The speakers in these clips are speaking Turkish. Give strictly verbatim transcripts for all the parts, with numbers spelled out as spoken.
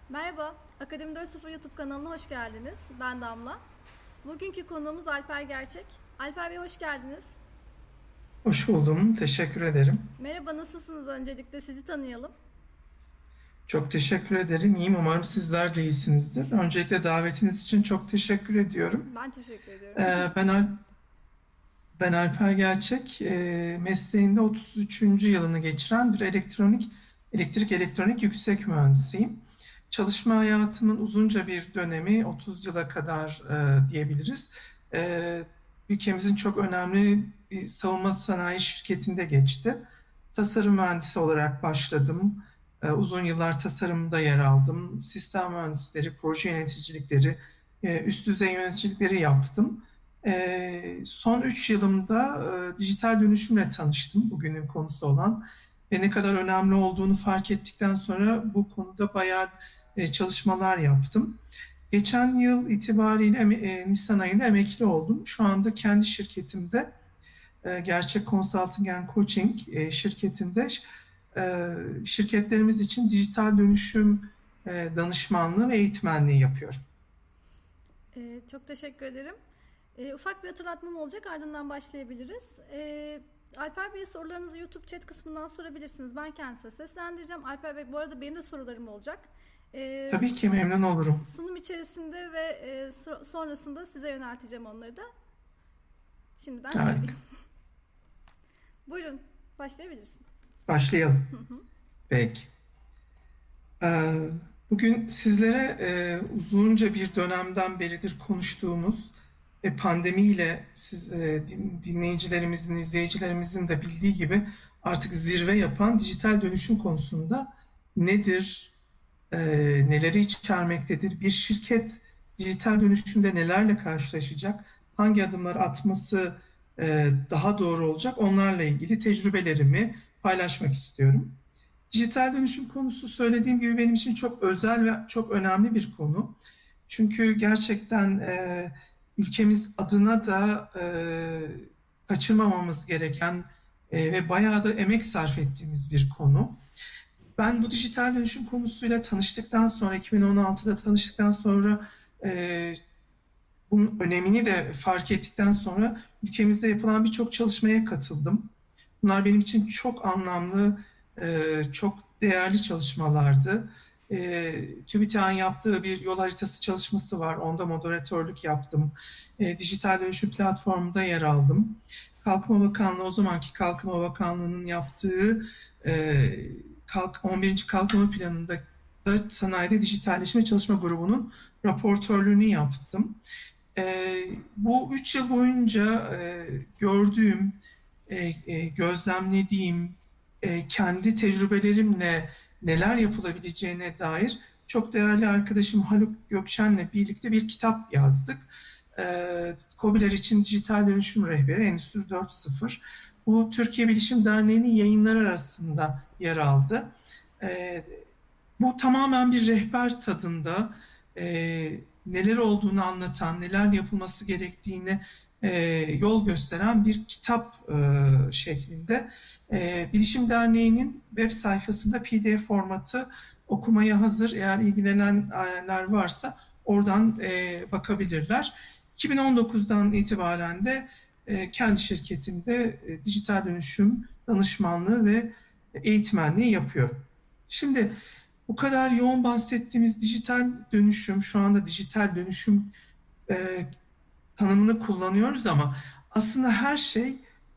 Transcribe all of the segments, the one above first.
Merhaba, Akademi dört nokta sıfır YouTube kanalına hoş geldiniz. Ben Damla. Bugünkü konuğumuz Alper Gerçek. Alper Bey hoş geldiniz. Hoş buldum. Teşekkür ederim. Merhaba, nasılsınız? Öncelikle sizi tanıyalım. Çok teşekkür ederim. İyiyim. Umarım sizler de iyisinizdir. Öncelikle davetiniz için çok teşekkür ediyorum. Ben teşekkür ediyorum. Ee, ben Al ben Alper Gerçek. Ee, mesleğinde otuz üçüncü yılını geçiren bir elektronik elektrik elektronik yüksek mühendisiyim. Çalışma hayatımın uzunca bir dönemi otuz yıla kadar e, diyebiliriz. Ee, Ülkemizin çok önemli bir savunma sanayi şirketinde geçti. Tasarım mühendisi olarak başladım. Ee, uzun yıllar tasarımda yer aldım. Sistem mühendisleri, proje yöneticilikleri, e, üst düzey yöneticilikleri yaptım. Ee, son üç yılımda e, dijital dönüşümle tanıştım, bugünün konusu olan. Ve ne kadar önemli olduğunu fark ettikten sonra bu konuda bayağı e, çalışmalar yaptım. Geçen yıl itibariyle e, Nisan ayında emekli oldum. Şu anda kendi şirketimde e, Gerçek Consulting and Coaching e, şirketinde e, şirketlerimiz için dijital dönüşüm e, danışmanlığı ve eğitmenliği yapıyorum. Ee, çok teşekkür ederim. Ee, ufak bir hatırlatmam olacak, ardından başlayabiliriz. Ee, Alper Bey'e sorularınızı YouTube chat kısmından sorabilirsiniz. Ben kendisine seslendireceğim. Alper Bey, bu arada benim de sorularım olacak. Ee, Tabii ki memnun olurum. sunum içerisinde ve e, sonrasında size yönelteceğim onları da. Şimdiden Harika. söyleyeyim. Buyurun, başlayabilirsiniz. Başlayalım. Hı hı. Peki. Ee, Bugün sizlere e, uzunca bir dönemden beridir konuştuğumuz ve pandemiyle siz e, din- dinleyicilerimizin, izleyicilerimizin de bildiği gibi artık zirve yapan dijital dönüşüm konusunda nedir, e, neleri içermektedir, bir şirket dijital dönüşümde nelerle karşılaşacak, hangi adımları atması e, daha doğru olacak, onlarla ilgili tecrübelerimi paylaşmak istiyorum. Dijital dönüşüm konusu söylediğim gibi benim için çok özel ve çok önemli bir konu. Çünkü gerçekten e, ülkemiz adına da e, kaçırmamamız gereken e, ve bayağı da emek sarf ettiğimiz bir konu. Ben bu dijital dönüşüm konusuyla tanıştıktan sonra, iki bin on altıda tanıştıktan sonra e, bunun önemini de fark ettikten sonra ülkemizde yapılan birçok çalışmaya katıldım. Bunlar benim için çok anlamlı, e, çok değerli çalışmalardı. E, TÜBİTAK'ın yaptığı bir yol haritası çalışması var. Onda moderatörlük yaptım. E, dijital dönüşüm platformunda yer aldım. Kalkınma Bakanlığı, o zamanki Kalkınma Bakanlığı'nın yaptığı e, kalk, on birinci Kalkınma Planı'nda da sanayide dijitalleşme çalışma grubunun raportörlüğünü yaptım. E, Bu üç yıl boyunca e, gördüğüm, e, e, gözlemlediğim, e, kendi tecrübelerimle neler yapılabileceğine dair çok değerli arkadaşım Haluk Gökşen'le birlikte bir kitap yazdık. E, KOBİ'ler için Dijital Dönüşüm Rehberi Endüstri dört nokta sıfır. Bu Türkiye Bilişim Derneği'nin yayınları arasında yer aldı. E, Bu tamamen bir rehber tadında, e, neler olduğunu anlatan, neler yapılması gerektiğini e, yol gösteren bir kitap e, şeklinde. E, Bilişim Derneği'nin web sayfasında P D F formatı okumaya hazır. Eğer ilgilenenler varsa oradan e, bakabilirler. iki bin on dokuzdan itibaren de e, kendi şirketimde e, dijital dönüşüm danışmanlığı ve eğitmenliği yapıyorum. Şimdi bu kadar yoğun bahsettiğimiz dijital dönüşüm, şu anda dijital dönüşüm e, tanımını kullanıyoruz ama aslında her şey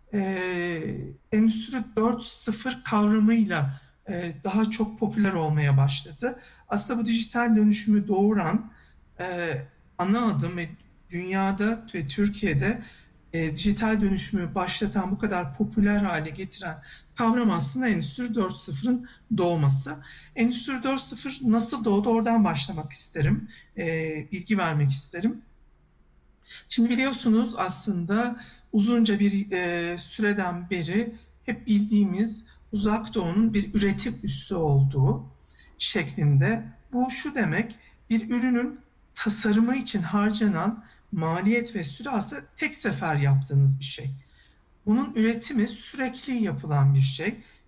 e, Endüstri dört nokta sıfır kavramıyla e, daha çok popüler olmaya başladı. Aslında bu dijital dönüşümü doğuran e, ana adım ve dünyada ve Türkiye'de e, dijital dönüşümü başlatan, bu kadar popüler hale getiren kavram aslında Endüstri dört nokta sıfırın doğması. Endüstri dört nokta sıfır nasıl doğdu, oradan başlamak isterim, e, bilgi vermek isterim. Şimdi biliyorsunuz aslında uzunca bir e, süreden beri hep bildiğimiz Uzak Doğu'nun bir üretim üssü olduğu şeklinde. Bu şu demek: bir ürünün tasarımı için harcanan maliyet ve süre aslında tek sefer yaptığınız bir şey. Bunun üretimi sürekli yapılan bir şey.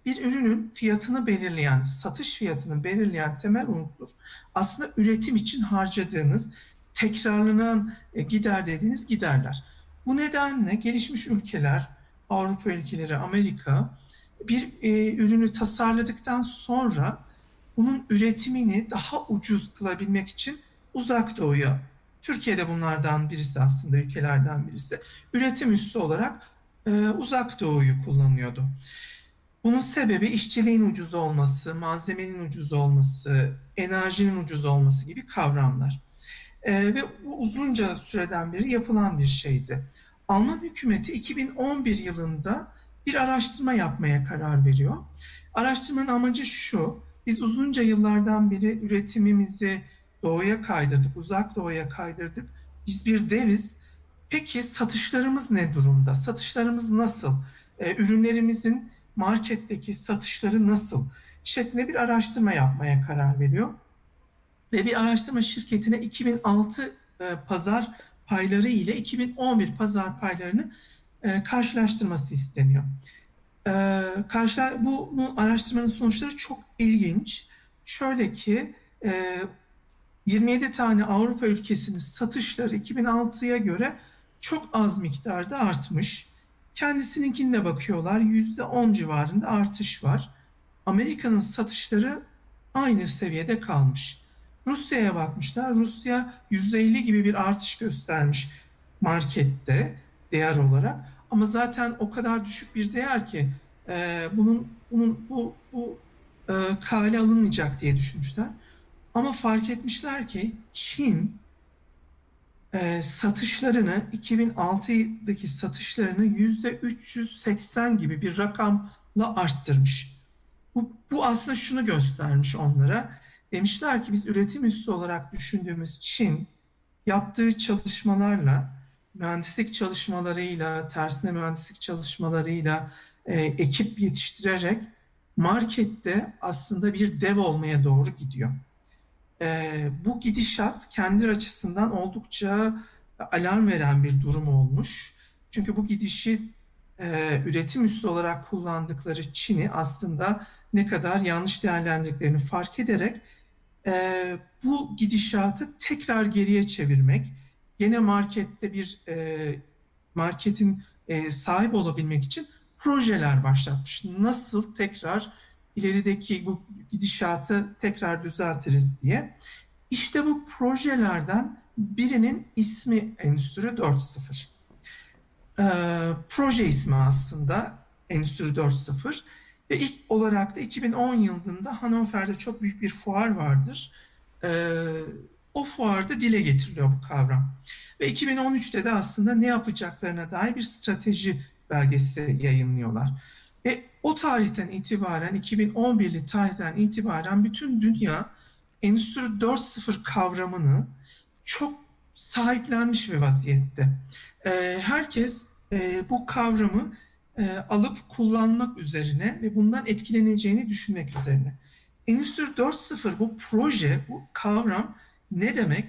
bir ürünün fiyatını belirleyen, satış fiyatını belirleyen temel unsur aslında üretim için harcadığınız, tekrarlanan e, gider dediğiniz giderler. Bu nedenle gelişmiş ülkeler, Avrupa ülkeleri, Amerika bir e, ürünü tasarladıktan sonra bunun üretimini daha ucuz kılabilmek için Uzak Doğu'ya, Türkiye'de bunlardan birisi aslında ülkelerden birisi, üretim üssü olarak e, Uzak Doğu'yu kullanıyordu. Bunun sebebi işçiliğin ucuz olması, malzemenin ucuz olması, enerjinin ucuz olması gibi kavramlar. Ee, ve bu uzunca süreden beri yapılan bir şeydi. Alman hükümeti iki bin on bir yılında bir araştırma yapmaya karar veriyor. Araştırmanın amacı şu: biz uzunca yıllardan beri üretimimizi doğuya kaydırdık, uzak doğuya kaydırdık. Biz bir deviz. Peki satışlarımız ne durumda? Satışlarımız nasıl? Ee, ürünlerimizin marketteki satışları nasıl? Şeklinde bir araştırma yapmaya karar veriyor. Ve bir araştırma şirketine iki bin altı e, pazar payları ile iki bin on bir pazar paylarını e, karşılaştırması isteniyor. E, karşılar, bu, bu araştırmanın sonuçları çok ilginç. Şöyle ki e, yirmi yedi tane Avrupa ülkesinin satışları iki bin altıya göre çok az miktarda artmış. Kendisininkine bakıyorlar, yüzde on civarında artış var. Amerika'nın satışları aynı seviyede kalmış. Rusya'ya bakmışlar. Rusya yüzde elli gibi bir artış göstermiş markette değer olarak. Ama zaten o kadar düşük bir değer ki e, bunun bunun bu bu e, kale alınmayacak diye düşünmüşler. Ama fark etmişler ki Çin e, satışlarını iki bin altıdaki satışlarını yüzde üç yüz seksen gibi bir rakamla arttırmış. Bu, bu aslında şunu göstermiş onlara. Demişler ki biz üretim üssü olarak düşündüğümüz Çin yaptığı çalışmalarla, mühendislik çalışmalarıyla, tersine mühendislik çalışmalarıyla e, ekip yetiştirerek markette aslında bir dev olmaya doğru gidiyor. E, bu gidişat kendi açısından oldukça alarm veren bir durum olmuş. Çünkü bu gidişi e, üretim üssü olarak kullandıkları Çin'i aslında ne kadar yanlış değerlendirdiklerini fark ederek e, bu gidişatı tekrar geriye çevirmek, gene markette bir e, marketin e, sahip olabilmek için projeler başlatmış. Nasıl tekrar ilerideki bu gidişatı tekrar düzeltiriz diye. İşte bu projelerden birinin ismi Endüstri dört nokta sıfır. Ee, proje ismi aslında Endüstri dört nokta sıfır ve ilk olarak da iki bin on yılında Hannover'de çok büyük bir fuar vardır. Ee, o fuarda dile getiriliyor bu kavram. Ve iki bin on üçte de aslında ne yapacaklarına dair bir strateji belgesi yayınlıyorlar. Ve o tarihten itibaren, iki bin on birli tarihten itibaren bütün dünya Endüstri dört nokta sıfır kavramını çok sahiplenmiş bir vaziyette. Ee, herkes e, bu kavramı e, alıp kullanmak üzerine ve bundan etkileneceğini düşünmek üzerine. Endüstri dört nokta sıfır bu proje, bu kavram ne demek?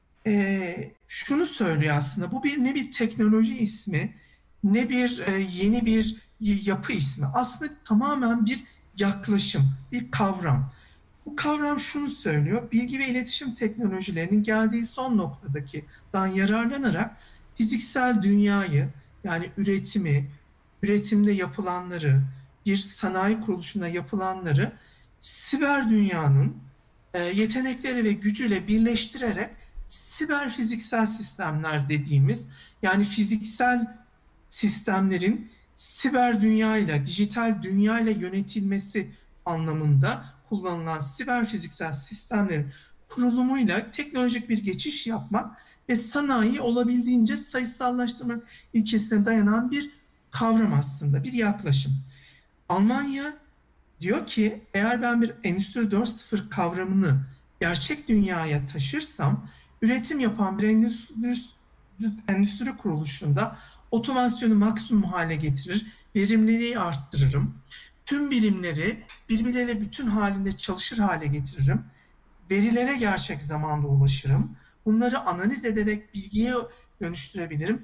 Ee, şunu söylüyor aslında, bu bir ne bir teknoloji ismi, ne bir e, yeni bir yapı ismi. Aslında tamamen bir yaklaşım, bir kavram. Bu kavram şunu söylüyor: bilgi ve iletişim teknolojilerinin geldiği son noktadakidan yararlanarak fiziksel dünyayı, yani üretimi, üretimde yapılanları, bir sanayi kuruluşunda yapılanları siber dünyanın e, yetenekleri ve gücüyle birleştirerek siber fiziksel sistemler dediğimiz, yani fiziksel sistemlerin siber dünyayla, dijital dünyayla yönetilmesi anlamında kullanılan siber fiziksel sistemlerin kurulumuyla teknolojik bir geçiş yapmak ve sanayi olabildiğince sayısallaştırma ilkesine dayanan bir kavram aslında, bir yaklaşım. Almanya diyor ki eğer ben bir Endüstri dört nokta sıfır kavramını gerçek dünyaya taşırsam, üretim yapan bir endüstri, endüstri kuruluşunda otomasyonu maksimum hale getirir, verimliliği arttırırım, tüm birimleri birbirleriyle bütün halinde çalışır hale getiririm, verilere gerçek zamanda ulaşırım, bunları analiz ederek bilgiye dönüştürebilirim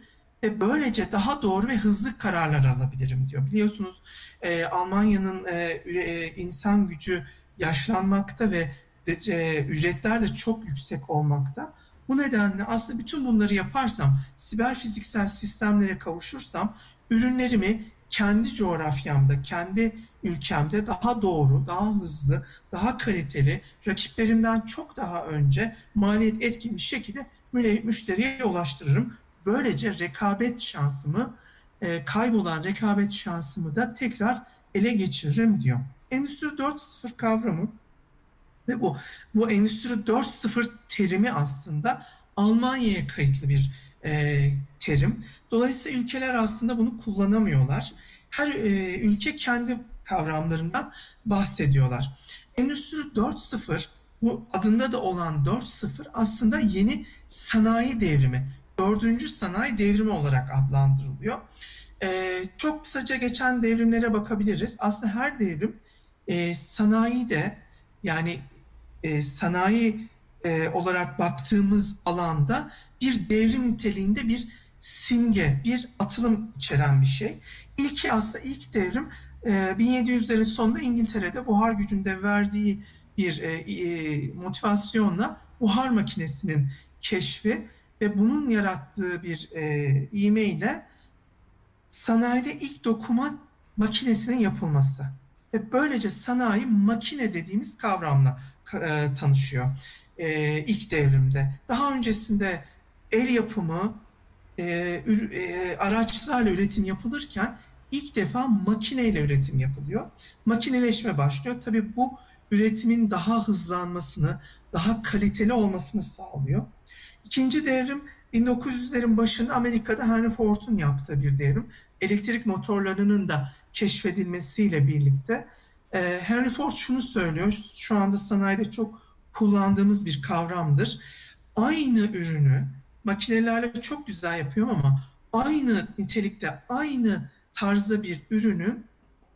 ve böylece daha doğru ve hızlı kararlar alabilirim diyor. Biliyorsunuz e, Almanya'nın e, e, insan gücü yaşlanmakta ve de, e, ücretler de çok yüksek olmakta. Bu nedenle aslında bütün bunları yaparsam, siber fiziksel sistemlere kavuşursam, ürünlerimi kendi coğrafyamda, kendi ülkemde daha doğru, daha hızlı, daha kaliteli, rakiplerimden çok daha önce maliyet etkin bir şekilde müşteriye ulaştırırım. Böylece rekabet şansımı, e, kaybolan rekabet şansımı da tekrar ele geçiririm diyor. Endüstri dört nokta sıfır kavramı ve bu bu Endüstri dört nokta sıfır terimi aslında Almanya'ya kayıtlı bir e, terim. Dolayısıyla ülkeler aslında bunu kullanamıyorlar. Her e, ülke kendi kavramlarından bahsediyorlar. Endüstri dört nokta sıfır, bu adında da olan dört nokta sıfır aslında yeni sanayi devrimi, dördüncü sanayi devrimi olarak adlandırılıyor. Ee, çok kısaca geçen devrimlere bakabiliriz. Aslında her devrim e, sanayide, yani e, sanayi e, olarak baktığımız alanda bir devrim niteliğinde bir simge, bir atılım içeren bir şey. İlki aslında ilk devrim e, bin yedi yüzlerin sonunda İngiltere'de buhar gücünde verdiği bir e, e, motivasyonla buhar makinesinin keşfi ve bunun yarattığı bir e, ivmeyle sanayide ilk dokuma makinesinin yapılması. Ve böylece sanayi makine dediğimiz kavramla e, tanışıyor e, ilk devrimde. Daha öncesinde el yapımı e, e, araçlarla üretim yapılırken ilk defa makineyle üretim yapılıyor. Makineleşme başlıyor. Tabii bu üretimin daha hızlanmasını, daha kaliteli olmasını sağlıyor. İkinci devrim bin dokuz yüzlerin başında Amerika'da Henry Ford'un yaptığı bir devrim. Elektrik motorlarının da keşfedilmesiyle birlikte e, Henry Ford şunu söylüyor, şu anda sanayide çok kullandığımız bir kavramdır. Aynı ürünü makinelerle çok güzel yapıyorum ama aynı nitelikte, aynı tarzda bir ürünün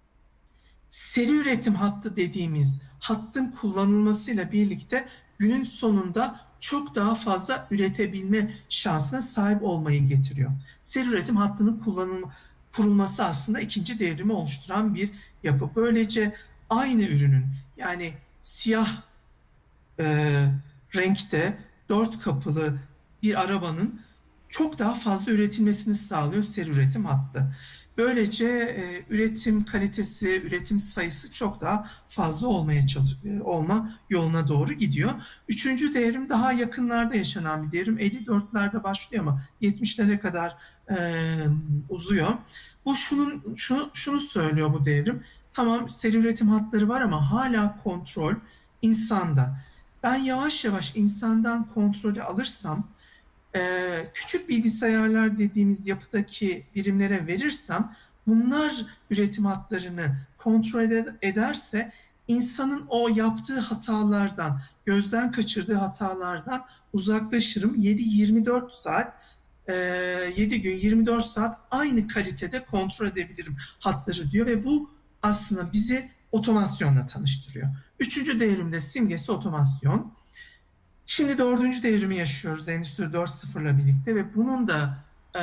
seri üretim hattı dediğimiz hattın kullanılmasıyla birlikte günün sonunda çok daha fazla üretebilme şansına sahip olmayı getiriyor. Seri üretim hattının kullanılma, kurulması aslında ikinci devrimi oluşturan bir yapı. Böylece aynı ürünün, yani siyah e, renkte dört kapılı bir arabanın çok daha fazla üretilmesini sağlıyor seri üretim hattı. Böylece e, üretim kalitesi, üretim sayısı çok daha fazla olmaya çalış e, olma yoluna doğru gidiyor. Üçüncü devrim daha yakınlarda yaşanan bir devrim. elli dörtlerde başlıyor ama yetmişlere kadar e, uzuyor. Bu şunun şunu şunu söylüyor bu devrim. Tamam, seri üretim hatları var ama hala kontrol insanda. Ben yavaş yavaş insandan kontrolü alırsam, ee, küçük bilgisayarlar dediğimiz yapıdaki birimlere verirsem, bunlar üretim hatlarını kontrol ederse insanın o yaptığı hatalardan, gözden kaçırdığı hatalardan uzaklaşırım. yedi yirmi dört saat, e, yedi gün yirmi dört saat aynı kalitede kontrol edebilirim hatları diyor ve bu aslında bizi otomasyonla tanıştırıyor. Üçüncü devrimde simgesi otomasyon. Şimdi dördüncü devrimi yaşıyoruz Endüstri dört nokta sıfır ile birlikte ve bunun da e,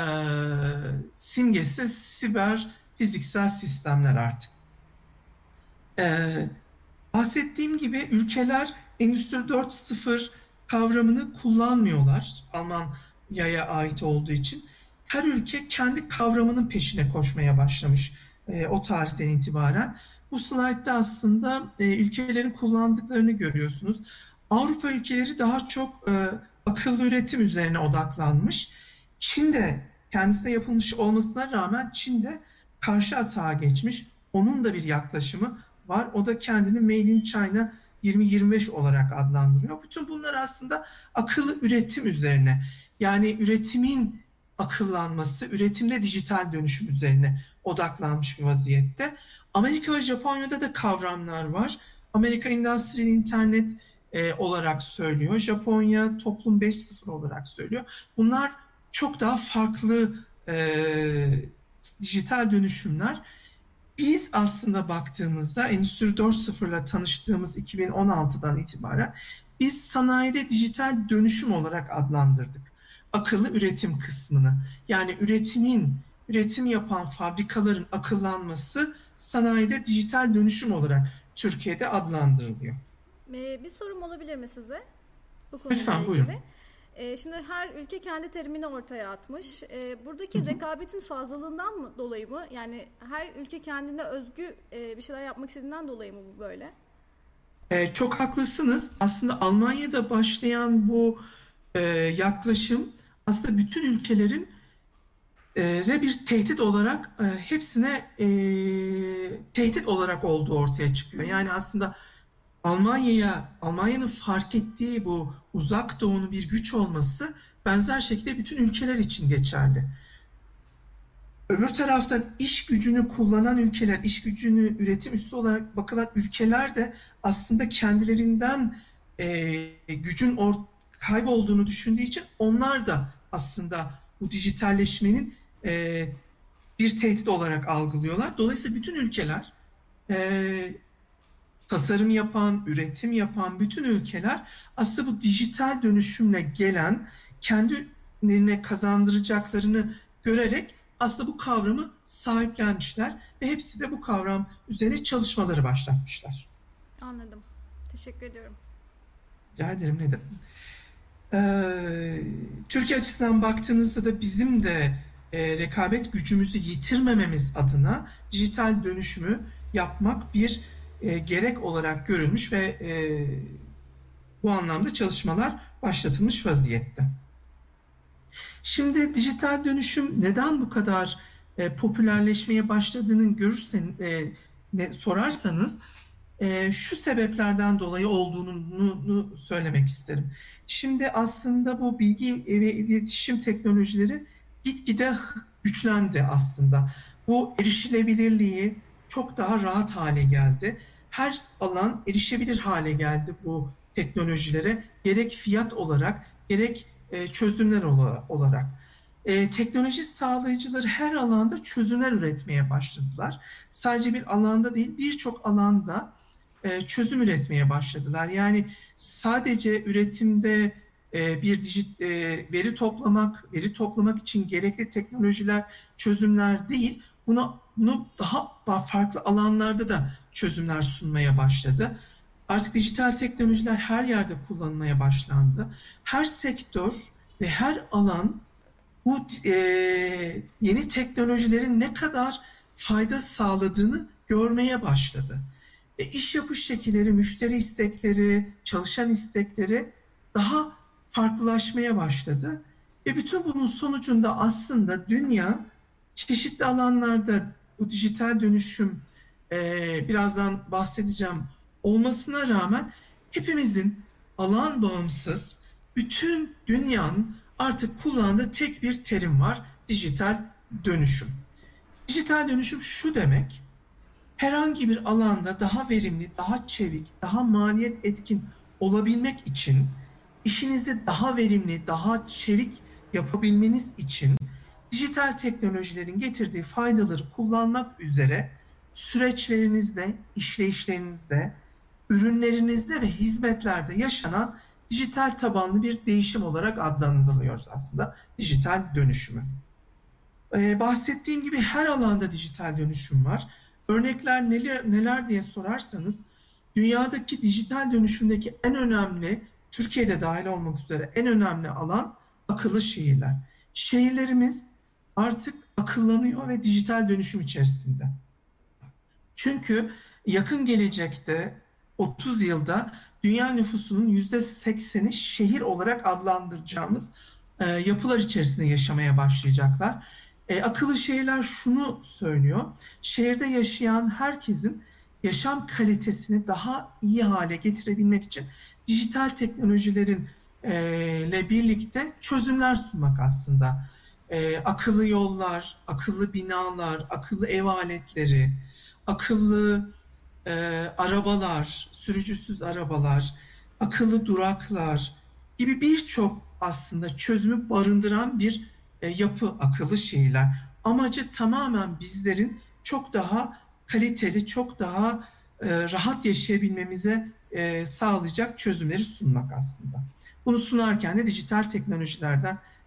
simgesi siber fiziksel sistemler artık. E, bahsettiğim gibi ülkeler Endüstri dört nokta sıfır kavramını kullanmıyorlar, Almanya'ya ait olduğu için. Her ülke kendi kavramının peşine koşmaya başlamış e, o tarihten itibaren. Bu slaytta aslında e, ülkelerin kullandıklarını görüyorsunuz. Avrupa ülkeleri daha çok e, akıllı üretim üzerine odaklanmış. Çin'de kendisine yapılmış olmasına rağmen Çin'de karşı atağa geçmiş. Onun da bir yaklaşımı var. O da kendini Made in China yirmi yirmi beş olarak adlandırıyor. Bütün bunlar aslında akıllı üretim üzerine. Yani üretimin akıllanması, üretimde dijital dönüşüm üzerine odaklanmış bir vaziyette. Amerika ve Japonya'da da kavramlar var. Amerika Industrial Internet e, olarak söylüyor. Japonya Toplum beş nokta sıfır olarak söylüyor. Bunlar çok daha farklı e, dijital dönüşümler. Biz aslında baktığımızda Endüstri dört nokta sıfır ile tanıştığımız iki bin on altıdan itibaren biz sanayide dijital dönüşüm olarak adlandırdık. akıllı üretim kısmını. Yani üretimin, üretim yapan fabrikaların akıllanması sanayide dijital dönüşüm olarak Türkiye'de adlandırılıyor. Ee, bir sorum olabilir mi size bu konuyla Lütfen ilgili? buyurun. Ee, şimdi her ülke kendi terimini ortaya atmış. Ee, buradaki rekabetin fazlalığından mı dolayı mı? Yani her ülke kendine özgü e, bir şeyler yapmak istediğinden dolayı mı bu böyle? Ee, çok haklısınız. Aslında Almanya'da başlayan bu e, yaklaşım aslında bütün ülkelerin e, re bir tehdit olarak e, hepsine e, tehdit olarak olduğu ortaya çıkıyor. Hı hı. Yani aslında Almanya'ya, Almanya'nın fark ettiği bu uzak doğunun bir güç olması benzer şekilde bütün ülkeler için geçerli. Öbür taraftan iş gücünü kullanan ülkeler, iş gücünü üretim üssü olarak bakılan ülkeler de aslında kendilerinden e, gücün or kaybolduğunu düşündüğü için onlar da aslında bu dijitalleşmenin e, bir tehdit olarak algılıyorlar. Dolayısıyla bütün ülkeler, e, tasarım yapan, üretim yapan bütün ülkeler aslında bu dijital dönüşümle gelen kendilerine kazandıracaklarını görerek aslında bu kavramı sahiplenmişler ve hepsi de bu kavram üzerine çalışmaları başlatmışlar. Anladım. Teşekkür ediyorum. Rica ederim, ne demek. Ee, Türkiye açısından baktığınızda da bizim de e, rekabet gücümüzü yitirmememiz adına dijital dönüşümü yapmak bir e, gerek olarak görülmüş ve e, bu anlamda çalışmalar başlatılmış vaziyette. Şimdi dijital dönüşüm neden bu kadar e, popülerleşmeye başladığını görürsen, e, ne, sorarsanız e, şu sebeplerden dolayı olduğunu söylemek isterim. Şimdi aslında bu bilgi ve iletişim teknolojileri gitgide güçlendi aslında. Bu erişilebilirliği çok daha rahat hale geldi. Her alan erişebilir hale geldi bu teknolojilere. Gerek fiyat olarak, gerek e, çözümler olarak. E, teknoloji sağlayıcıları her alanda çözümler üretmeye başladılar. Sadece bir alanda değil, birçok alanda e, çözüm üretmeye başladılar. Yani sadece üretimde e, bir dijit e, veri toplamak, veri toplamak için gerekli teknolojiler, çözümler değil, bunu, bunu daha farklı alanlarda da çözümler sunmaya başladı. Artık dijital teknolojiler her yerde kullanılmaya başlandı. Her sektör ve her alan bu e, yeni teknolojilerin ne kadar fayda sağladığını görmeye başladı. E, iş yapış şekilleri, müşteri istekleri, çalışan istekleri daha farklılaşmaya başladı. Ve bütün bunun sonucunda aslında dünya çeşitli alanlarda bu dijital dönüşüm e, birazdan bahsedeceğim olmasına rağmen hepimizin alan bağımsız bütün dünyanın artık kullandığı tek bir terim var: dijital dönüşüm. Dijital dönüşüm şu demek: herhangi bir alanda daha verimli, daha çevik, daha maliyet etkin olabilmek için, işinizi daha verimli, daha çevik yapabilmeniz için dijital teknolojilerin getirdiği faydaları kullanmak üzere süreçlerinizde, işleyişlerinizde, ürünlerinizde ve hizmetlerde yaşanan dijital tabanlı bir değişim olarak adlandırılıyoruz aslında dijital dönüşümü. Ee, bahsettiğim gibi her alanda dijital dönüşüm var. Örnekler neler, neler diye sorarsanız, dünyadaki dijital dönüşümdeki en önemli, Türkiye'de dahil olmak üzere en önemli alan akıllı şehirler. Şehirlerimiz artık akıllanıyor ve dijital dönüşüm içerisinde. Çünkü yakın gelecekte otuz yılda dünya nüfusunun yüzde sekseni şehir olarak adlandıracağımız e, yapılar içerisinde yaşamaya başlayacaklar. E, akıllı şehirler şunu söylüyor: şehirde yaşayan herkesin yaşam kalitesini daha iyi hale getirebilmek için dijital teknolojilerin e, ile birlikte çözümler sunmak aslında. E, akıllı yollar, akıllı binalar, akıllı ev aletleri, akıllı e, arabalar, sürücüsüz arabalar, akıllı duraklar gibi birçok aslında çözümü barındıran bir e, yapı akıllı şehirler. Amacı tamamen bizlerin çok daha kaliteli, çok daha e, rahat yaşayabilmemize e, sağlayacak çözümleri sunmak aslında. Bunu sunarken de dijital teknolojilerden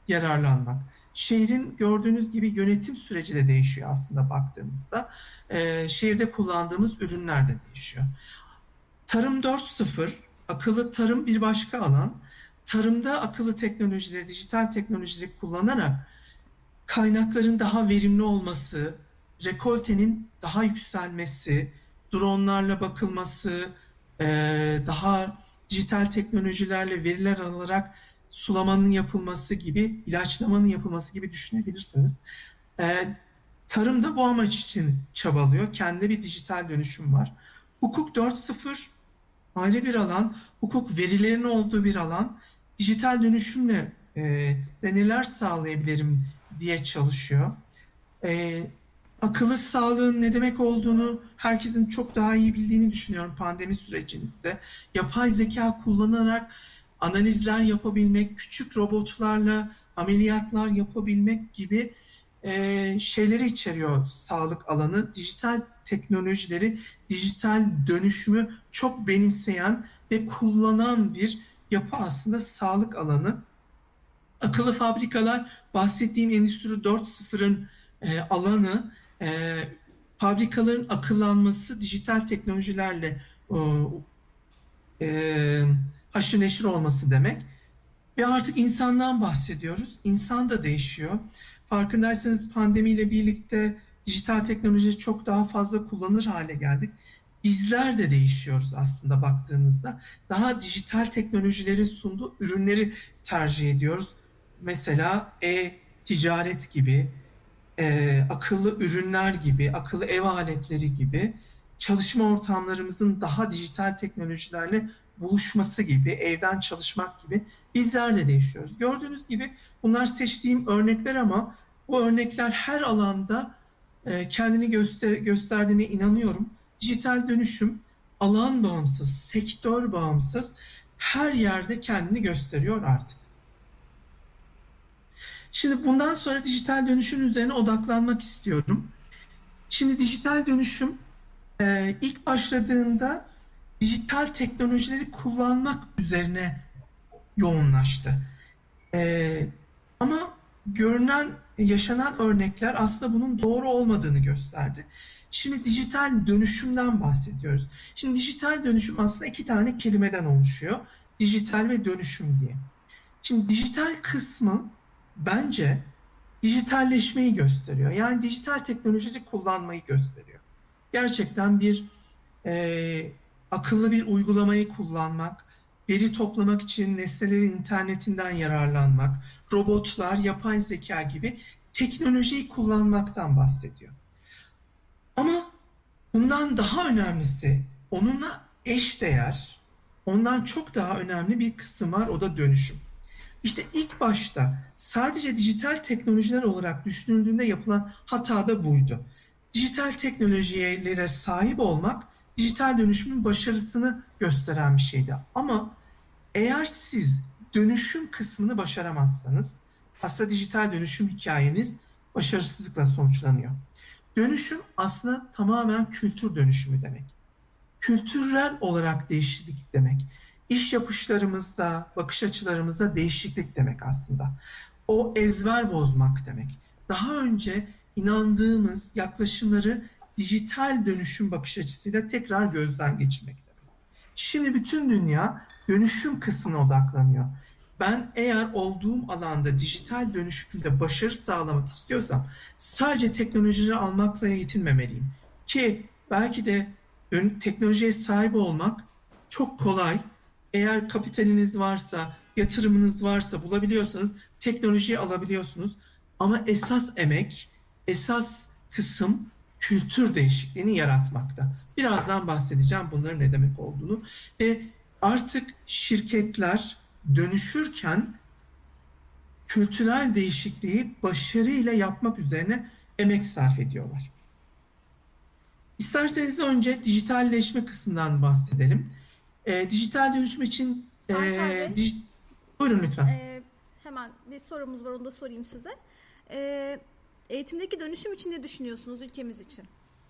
yararlanmak. Şehrin gördüğünüz gibi yönetim süreci de değişiyor aslında baktığınızda. Ee, şehirde kullandığımız ürünler de değişiyor. Tarım dört nokta sıfır, akıllı tarım bir başka alan. Tarımda akıllı teknolojileri, dijital teknolojileri kullanarak kaynakların daha verimli olması, rekoltenin daha yükselmesi, dronlarla bakılması, eee, daha dijital teknolojilerle veriler alarak sulamanın yapılması gibi, ilaçlamanın yapılması gibi düşünebilirsiniz. Eee, Tarım da bu amaç için çabalıyor. Kendi bir dijital dönüşüm var. Hukuk dört nokta sıfır ayrı bir alan, hukuk verilerin olduğu bir alan. Dijital dönüşümle e, de neler sağlayabilirim diye çalışıyor. E, Akıllı sağlığın ne demek olduğunu herkesin çok daha iyi bildiğini düşünüyorum pandemi sürecinde. Yapay zeka kullanarak analizler yapabilmek, küçük robotlarla ameliyatlar yapabilmek gibi e, şeyleri içeriyor sağlık alanı. Dijital teknolojileri, dijital dönüşümü çok benimseyen ve kullanan bir yapı aslında sağlık alanı. Akıllı fabrikalar bahsettiğim Endüstri dört nokta sıfırın e, alanı, e, fabrikaların akıllanması dijital teknolojilerle e, haşır neşir olması demek. Ve artık insandan bahsediyoruz. İnsan da değişiyor. Farkındaysanız pandemiyle birlikte dijital teknolojiyi çok daha fazla kullanır hale geldik. Bizler de değişiyoruz aslında baktığınızda. Daha dijital teknolojilerin sunduğu ürünleri tercih ediyoruz. Mesela e-ticaret gibi, e, akıllı ürünler gibi, akıllı ev aletleri gibi çalışma ortamlarımızın daha dijital teknolojilerle buluşması gibi, evden çalışmak gibi bizler de değişiyoruz. Gördüğünüz gibi bunlar seçtiğim örnekler ama bu örnekler her alanda e, kendini göster gösterdiğine inanıyorum. Dijital dönüşüm alan bağımsız, sektör bağımsız her yerde kendini gösteriyor artık. Şimdi bundan sonra dijital dönüşüm üzerine odaklanmak istiyorum. Şimdi dijital dönüşüm e, ilk başladığında dijital teknolojileri kullanmak üzerine yoğunlaştı. E, Ama görünen, yaşanan örnekler aslında bunun doğru olmadığını gösterdi. Şimdi dijital dönüşümden bahsediyoruz. Şimdi dijital dönüşüm aslında iki tane kelimeden oluşuyor. Dijital ve dönüşüm diye. Şimdi dijital kısmı bence dijitalleşmeyi gösteriyor. Yani dijital teknolojiyi kullanmayı gösteriyor. Gerçekten bir e, akıllı bir uygulamayı kullanmak, veri toplamak için nesnelerin internetinden yararlanmak, robotlar, yapay zeka gibi teknolojiyi kullanmaktan bahsediyor. Ama bundan daha önemlisi, onunla eşdeğer, ondan çok daha önemli bir kısım var, o da dönüşüm. İşte ilk başta sadece dijital teknolojiler olarak düşünüldüğünde yapılan hata da buydu. Dijital teknolojilere sahip olmak dijital dönüşümün başarısını gösteren bir şeydi. Ama eğer siz dönüşüm kısmını başaramazsanız aslında dijital dönüşüm hikayeniz başarısızlıkla sonuçlanıyor. Dönüşüm aslında tamamen kültür dönüşümü demek. Kültürel olarak değişiklik demek. İş yapışlarımızda, bakış açılarımızda değişiklik demek aslında. O ezber bozmak demek. Daha önce inandığımız yaklaşımları dijital dönüşüm bakış açısıyla tekrar gözden geçirmek demek. Şimdi bütün dünya dönüşüm kısmına odaklanıyor. Ben eğer olduğum alanda dijital dönüşümde başarı sağlamak istiyorsam sadece teknolojileri almakla yetinmemeliyim. Ki belki de teknolojiye sahip olmak çok kolay. Eğer kapitaliniz varsa, yatırımınız varsa, bulabiliyorsanız teknolojiyi alabiliyorsunuz. Ama esas emek, esas kısım kültür değişikliğini yaratmakta. Birazdan bahsedeceğim bunların ne demek olduğunu. Ve artık şirketler dönüşürken kültürel değişikliği başarıyla yapmak üzerine emek sarf ediyorlar. İsterseniz önce dijitalleşme kısmından bahsedelim. E, dijital dönüşüm için e, Alper Bey, dij... buyurun lütfen. e, hemen bir sorumuz var, onu da sorayım size. E, eğitimdeki dönüşüm için ne düşünüyorsunuz ülkemiz için?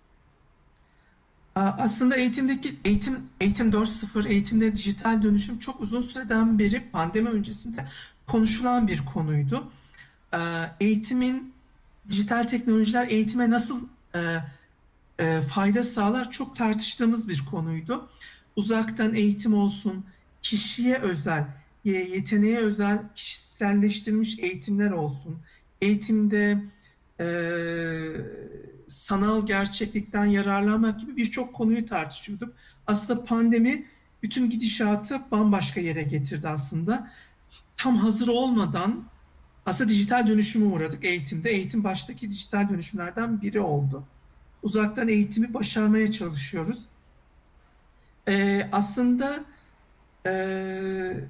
Aslında eğitimdeki eğitim eğitim dört nokta sıfır, eğitimde dijital dönüşüm çok uzun süreden beri pandemi öncesinde konuşulan bir konuydu. e, eğitimin, dijital teknolojiler eğitime nasıl e, e, fayda sağlar çok tartıştığımız bir konuydu. Uzaktan eğitim olsun, kişiye özel, e, yeteneğe özel kişiselleştirilmiş eğitimler olsun. Eğitimde e, sanal gerçeklikten yararlanmak gibi birçok konuyu tartışıyorduk. Aslında pandemi bütün gidişatı bambaşka yere getirdi aslında. Tam hazır olmadan aslında dijital dönüşüme uğradık eğitimde. Eğitim baştaki dijital dönüşümlerden biri oldu. Uzaktan eğitimi başarmaya çalışıyoruz. Ee, aslında e,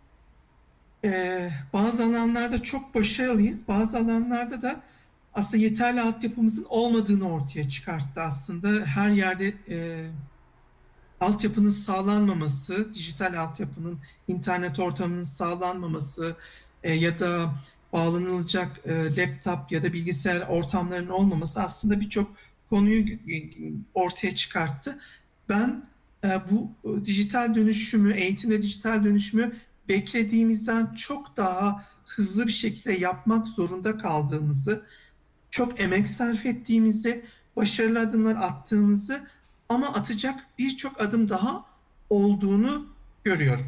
e, bazı alanlarda çok başarılıyız. Bazı alanlarda da aslında yeterli altyapımızın olmadığını ortaya çıkarttı aslında. Her yerde e, altyapının sağlanmaması, dijital altyapının, internet ortamının sağlanmaması e, ya da bağlanılacak e, laptop ya da bilgisayar ortamlarının olmaması aslında birçok konuyu ortaya çıkarttı. Ben e, bu e, dijital dönüşümü, eğitimde dijital dönüşümü beklediğimizden çok daha hızlı bir şekilde yapmak zorunda kaldığımızı, çok emek sarf ettiğimizi, başarılı adımlar attığımızı ama atacak birçok adım daha olduğunu görüyorum.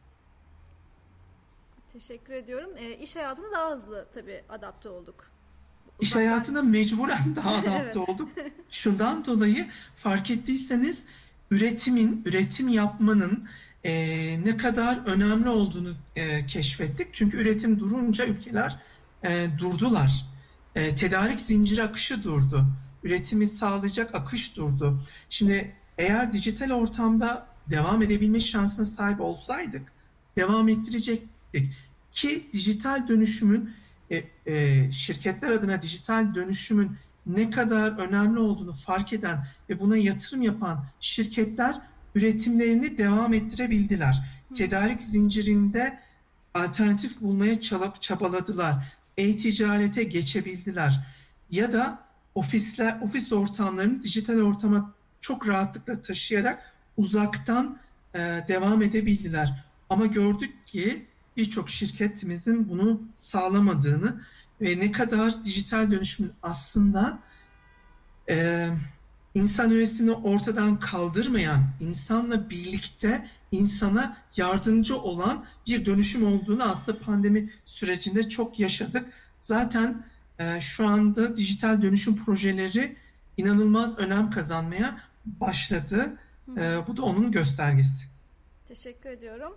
Teşekkür ediyorum. E, iş hayatına daha hızlı tabii adapte olduk. İş Uzaktan. hayatına mecburen daha adapte Evet. olduk. Şundan dolayı fark ettiyseniz üretimin, üretim yapmanın eee, ne kadar önemli olduğunu eee, keşfettik. Çünkü üretim durunca ülkeler eee, durdular. Eee, tedarik zinciri akışı durdu. Üretimi sağlayacak akış durdu. Şimdi eğer dijital ortamda devam edebilme şansına sahip olsaydık, devam ettirecektik. Ki dijital dönüşümün e, e, şirketler adına dijital dönüşümün ne kadar önemli olduğunu fark eden ve buna yatırım yapan şirketler üretimlerini devam ettirebildiler. Hı hı. Tedarik zincirinde alternatif bulmaya çalıp çabaladılar. E-ticarete geçebildiler. Ya da ofisler, ofis ortamlarını dijital ortama çok rahatlıkla taşıyarak uzaktan e, devam edebildiler. Ama gördük ki birçok şirketimizin bunu sağlamadığını ve ne kadar dijital dönüşümün aslında e, insan öğesini ortadan kaldırmayan, insanla birlikte insana yardımcı olan bir dönüşüm olduğunu aslında pandemi sürecinde çok yaşadık. Zaten e, şu anda dijital dönüşüm projeleri inanılmaz önem kazanmaya başladı. Hı hı. E, bu da onun göstergesi. Teşekkür ediyorum.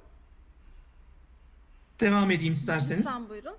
Devam edeyim isterseniz. Lütfen buyurun.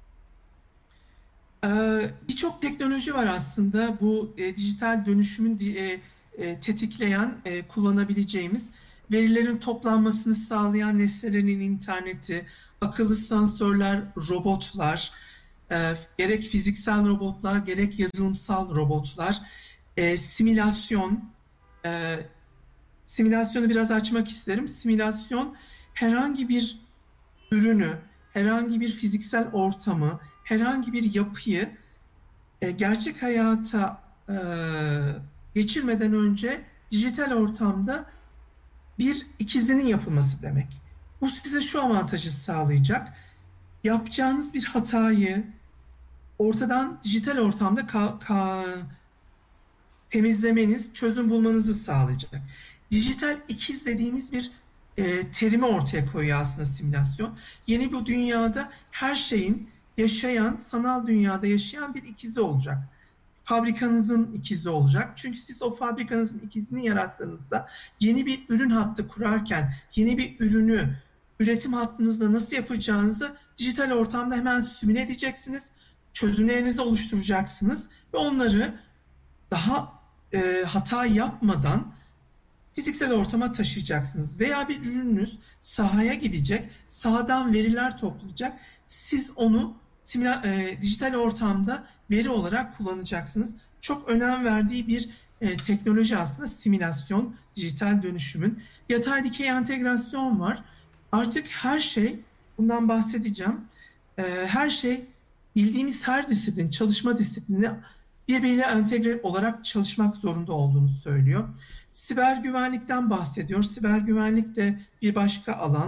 Ee, Birçok teknoloji var aslında bu e, dijital dönüşümün di- e, e, tetikleyen, e, kullanabileceğimiz, verilerin toplanmasını sağlayan nesnelerin interneti, akıllı sensörler, robotlar, e, gerek fiziksel robotlar, gerek yazılımsal robotlar, e, simülasyon. e, Simülasyonu biraz açmak isterim. Simülasyon herhangi bir ürünü, herhangi bir fiziksel ortamı, herhangi bir yapıyı e, gerçek hayata e, geçirmeden önce dijital ortamda bir ikizinin yapılması demek. Bu size şu avantajı sağlayacak. Yapacağınız bir hatayı ortadan dijital ortamda ka- ka- temizlemeniz, çözüm bulmanızı sağlayacak. Dijital ikiz dediğimiz bir e, terimi ortaya koyuyor aslında simülasyon. Yeni bu dünyada her şeyin yaşayan, sanal dünyada yaşayan bir ikizi olacak. Fabrikanızın ikizi olacak. Çünkü siz o fabrikanızın ikizini yarattığınızda yeni bir ürün hattı kurarken, yeni bir ürünü üretim hattınızda nasıl yapacağınızı dijital ortamda hemen simüle edeceksiniz. Çözümlerinizi oluşturacaksınız ve onları daha e, hata yapmadan fiziksel ortama taşıyacaksınız. Veya bir ürününüz sahaya gidecek, sahadan veriler toplayacak. Siz onu simüla, e, dijital ortamda veri olarak kullanacaksınız. Çok önem verdiği bir e, teknoloji aslında simülasyon, dijital dönüşümün. Yatay dikey entegrasyon var. Artık her şey, bundan bahsedeceğim. E, her şey bildiğimiz her disiplin, çalışma disiplini birbiriyle entegre olarak çalışmak zorunda olduğunu söylüyor. Siber güvenlikten bahsediyor. Siber güvenlik de bir başka alan.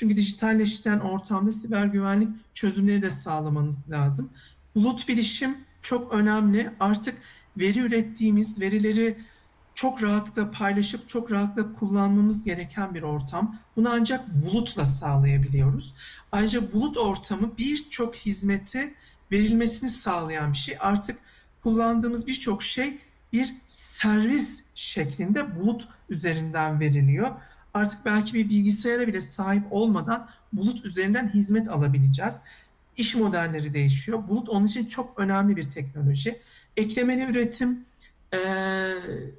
Çünkü dijitalleşen ortamda siber güvenlik çözümleri de sağlamanız lazım. Bulut bilişim çok önemli. Artık veri ürettiğimiz, verileri çok rahatlıkla paylaşıp çok rahatlıkla kullanmamız gereken bir ortam. Bunu ancak bulutla sağlayabiliyoruz. Ayrıca bulut ortamı birçok hizmeti verilmesini sağlayan bir şey. Artık kullandığımız birçok şey bir servis şeklinde bulut üzerinden veriliyor. Artık belki bir bilgisayara bile sahip olmadan bulut üzerinden hizmet alabileceğiz. İş modelleri değişiyor. Bulut onun için çok önemli bir teknoloji. Eklemeli üretim, eee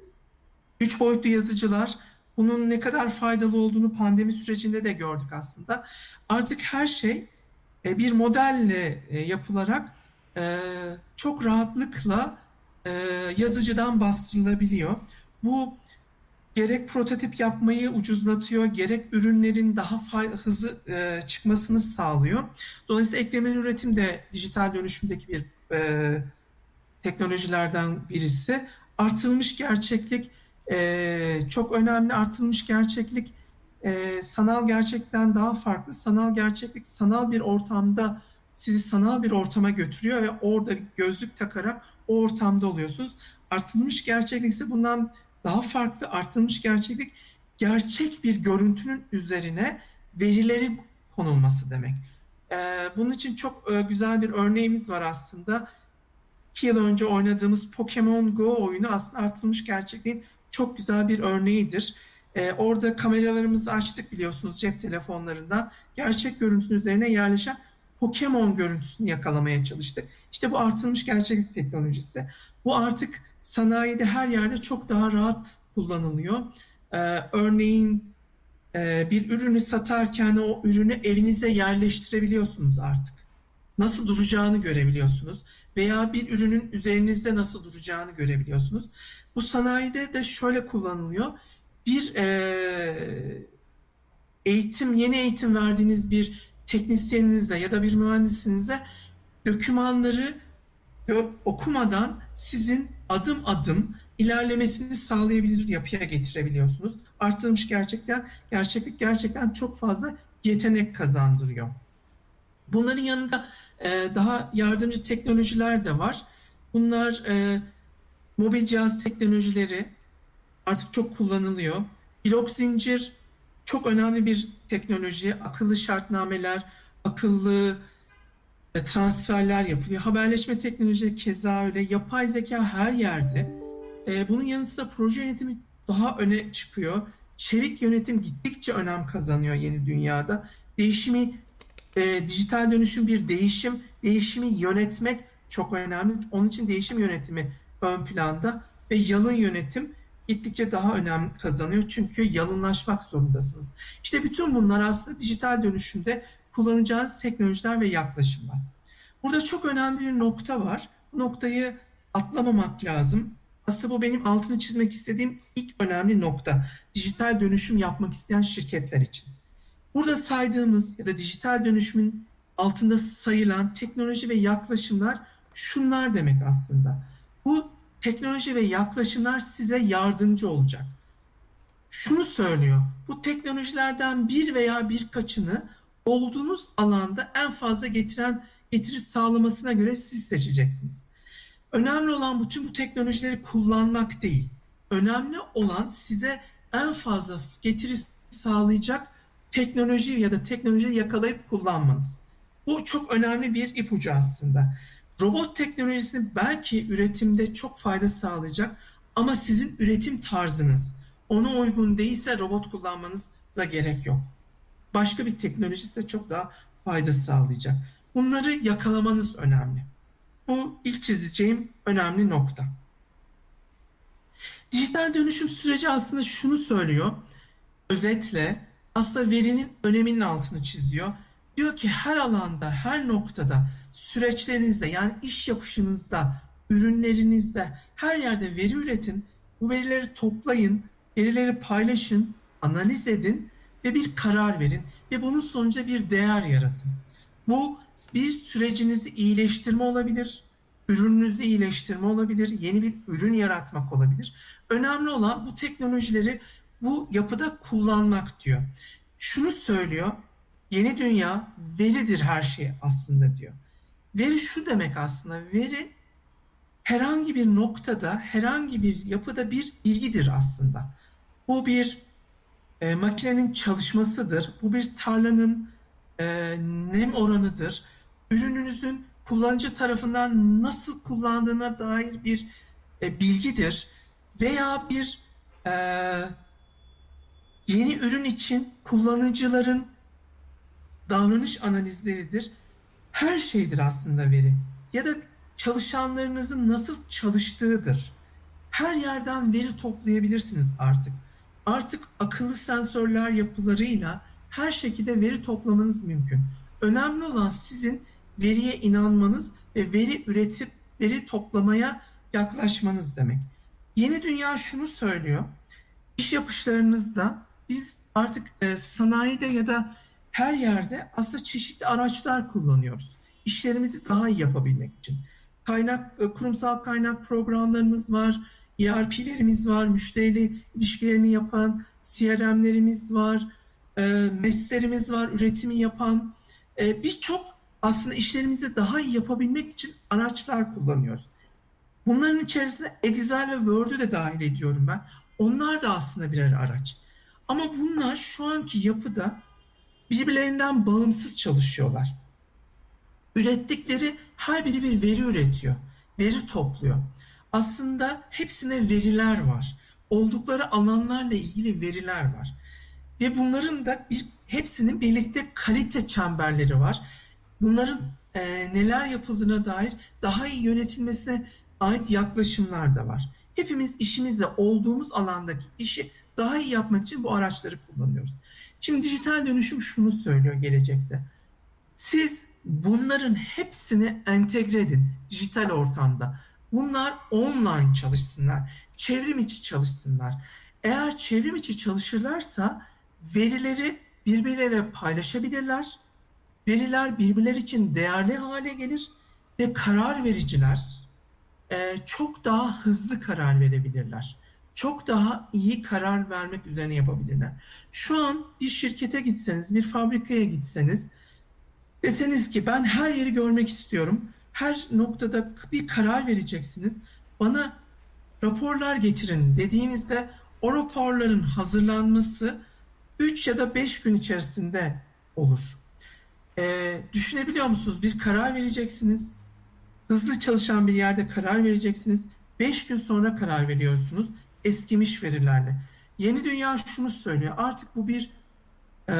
üç boyutlu yazıcılar, bunun ne kadar faydalı olduğunu pandemi sürecinde de gördük aslında. Artık her şey e, bir modelle e, yapılarak e, çok rahatlıkla e, yazıcıdan bastırılabiliyor. Bu gerek prototip yapmayı ucuzlatıyor, gerek ürünlerin daha hızlı e, çıkmasını sağlıyor. Dolayısıyla eklemeli üretim de dijital dönüşümdeki bir e, teknolojilerden birisi. Artırılmış gerçeklik e, çok önemli. Artırılmış gerçeklik e, sanal gerçekten daha farklı. Sanal gerçeklik sanal bir ortamda sizi sanal bir ortama götürüyor ve orada bir gözlük takarak o ortamda oluyorsunuz. Artırılmış gerçeklik ise bundan daha farklı. Artırılmış gerçeklik gerçek bir görüntünün üzerine verilerin konulması demek. E, bunun için çok e, güzel bir örneğimiz var aslında. İki yıl önce oynadığımız Pokemon Go oyunu aslında artırılmış gerçekliğin çok güzel bir örneğidir. Ee, orada kameralarımızı açtık biliyorsunuz cep telefonlarından. Gerçek görüntünün üzerine yerleşen Pokemon görüntüsünü yakalamaya çalıştık. İşte bu artırılmış gerçeklik teknolojisi. Bu artık sanayide her yerde çok daha rahat kullanılıyor. Ee, örneğin e, bir ürünü satarken o ürünü evinize yerleştirebiliyorsunuz artık. Nasıl duracağını görebiliyorsunuz veya bir ürünün üzerinizde nasıl duracağını görebiliyorsunuz. Bu sanayide de şöyle kullanılıyor. Bir e, eğitim, yeni eğitim verdiğiniz bir teknisyeninize ya da bir mühendisinize dokümanları okumadan sizin adım adım ilerlemesini sağlayabilir yapıya getirebiliyorsunuz. Artırılmış gerçekten gerçeklik gerçekten çok fazla yetenek kazandırıyor. Bunların yanında e, daha yardımcı teknolojiler de var. Bunlar e, mobil cihaz teknolojileri artık çok kullanılıyor. Blok zincir çok önemli bir teknoloji. Akıllı şartnameler, akıllı e, transferler yapılıyor. Haberleşme teknolojileri keza öyle. Yapay zeka her yerde. E, bunun yanı sıra proje yönetimi daha öne çıkıyor. Çevik yönetim gittikçe önem kazanıyor yeni dünyada. Değişimi e, dijital dönüşüm bir değişim. Değişimi yönetmek çok önemli. Onun için değişim yönetimi ön planda ve yalın yönetim gittikçe daha önem kazanıyor. Çünkü yalınlaşmak zorundasınız. İşte bütün bunlar aslında dijital dönüşümde kullanacağınız teknolojiler ve yaklaşımlar. Burada çok önemli bir nokta var. Bu noktayı atlamamak lazım. Aslında bu benim altını çizmek istediğim ilk önemli nokta. Dijital dönüşüm yapmak isteyen şirketler için. Burada saydığımız ya da dijital dönüşümün altında sayılan teknoloji ve yaklaşımlar şunlar demek aslında. Bu teknoloji ve yaklaşımlar size yardımcı olacak. Şunu söylüyor. Bu teknolojilerden bir veya birkaçını olduğunuz alanda en fazla getiren getiri sağlamasına göre siz seçeceksiniz. Önemli olan bütün bu teknolojileri kullanmak değil. Önemli olan size en fazla getiri sağlayacak teknoloji ya da teknolojiyi yakalayıp kullanmanız. Bu çok önemli bir ipucu aslında. Robot teknolojisi belki üretimde çok fayda sağlayacak ama sizin üretim tarzınız ona uygun değilse robot kullanmanıza gerek yok. Başka bir teknoloji size çok daha fayda sağlayacak. Bunları yakalamanız önemli. Bu ilk çizeceğim önemli nokta. Dijital dönüşüm süreci aslında şunu söylüyor. Özetle aslında verinin öneminin altını çiziyor. Diyor ki her alanda, her noktada, süreçlerinizde yani iş yapışınızda, ürünlerinizde, her yerde veri üretin. Bu verileri toplayın, verileri paylaşın, analiz edin ve bir karar verin. Ve bunun sonucunda bir değer yaratın. Bu bir sürecinizi iyileştirme olabilir, ürününüzü iyileştirme olabilir, yeni bir ürün yaratmak olabilir. Önemli olan bu teknolojileri bu yapıda kullanmak diyor. Şunu söylüyor, Yeni dünya veridir her şey aslında diyor. Veri şu demek aslında, veri herhangi bir noktada, herhangi bir yapıda bir bilgidir aslında. Bu bir e, makinenin çalışmasıdır, bu bir tarlanın e, nem oranıdır, ürününüzün kullanıcı tarafından nasıl kullandığına dair bir e, bilgidir veya bir e, yeni ürün için kullanıcıların davranış analizleridir. Her şeydir aslında veri. Ya da çalışanlarınızın nasıl çalıştığıdır. Her yerden veri toplayabilirsiniz artık. Artık akıllı sensörler yapılarıyla her şekilde veri toplamanız mümkün. Önemli olan sizin veriye inanmanız ve veri üretip veri toplamaya yaklaşmanız demek. Yeni dünya şunu söylüyor. İş yapışlarınızda biz artık e, sanayide ya da her yerde aslında çeşitli araçlar kullanıyoruz. İşlerimizi daha iyi yapabilmek için. Kaynak, e, kurumsal kaynak programlarımız var, E R P'lerimiz var, müşteriyle ilişkilerini yapan C R M'lerimiz var, e, MES'lerimiz var, üretimi yapan. E, birçok aslında işlerimizi daha iyi yapabilmek için araçlar kullanıyoruz. Bunların içerisine Excel ve Word'ü de dahil ediyorum ben. Onlar da aslında birer araç. Ama bunlar şu anki yapıda birbirlerinden bağımsız çalışıyorlar. Ürettikleri her biri bir veri üretiyor. Veri topluyor. Aslında hepsine veriler var. Oldukları alanlarla ilgili veriler var. Ve bunların da bir, hepsinin birlikte kalite çemberleri var. Bunların e, neler yapıldığına dair daha iyi yönetilmesine ait yaklaşımlar da var. Hepimiz işimizde olduğumuz alandaki işi daha iyi yapmak için bu araçları kullanıyoruz. Şimdi dijital dönüşüm şunu söylüyor gelecekte. Siz bunların hepsini entegre edin dijital ortamda. Bunlar online çalışsınlar, çevrim içi çalışsınlar. Eğer çevrim içi çalışırlarsa verileri birbirleriyle paylaşabilirler. Veriler birbirleri için değerli hale gelir ve karar vericiler e, çok daha hızlı karar verebilirler. Çok daha iyi karar vermek üzerine yapabilirler. Şu an bir şirkete gitseniz, bir fabrikaya gitseniz deseniz ki ben her yeri görmek istiyorum. Her noktada bir karar vereceksiniz. Bana raporlar getirin dediğinizde o raporların hazırlanması üç ya da beş gün içerisinde olur. Ee, düşünebiliyor musunuz? Bir karar vereceksiniz. Hızlı çalışan bir yerde karar vereceksiniz. beş gün sonra karar veriyorsunuz. Eskimiş verilerle. Yeni dünya şunu söylüyor. Artık bu bir e,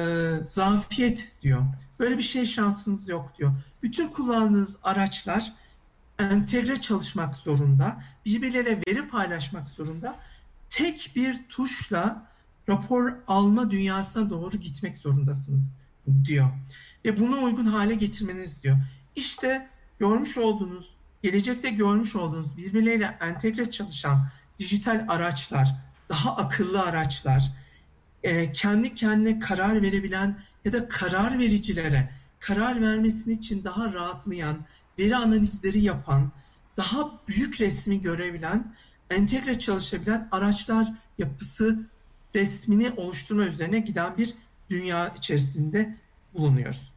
zafiyet diyor. Böyle bir şey şansınız yok diyor. Bütün kullandığınız araçlar entegre çalışmak zorunda. Birbirleriyle veri paylaşmak zorunda. Tek bir tuşla rapor alma dünyasına doğru gitmek zorundasınız diyor. Ve buna uygun hale getirmeniz diyor. İşte görmüş olduğunuz, gelecekte görmüş olduğunuz birbirleriyle entegre çalışan dijital araçlar, daha akıllı araçlar, e, kendi kendine karar verebilen ya da karar vericilere karar vermesini için daha rahatlayan, veri analizleri yapan, daha büyük resmi görebilen, entegre çalışabilen araçlar yapısı resmini oluşturma üzerine giden bir dünya içerisinde bulunuyoruz.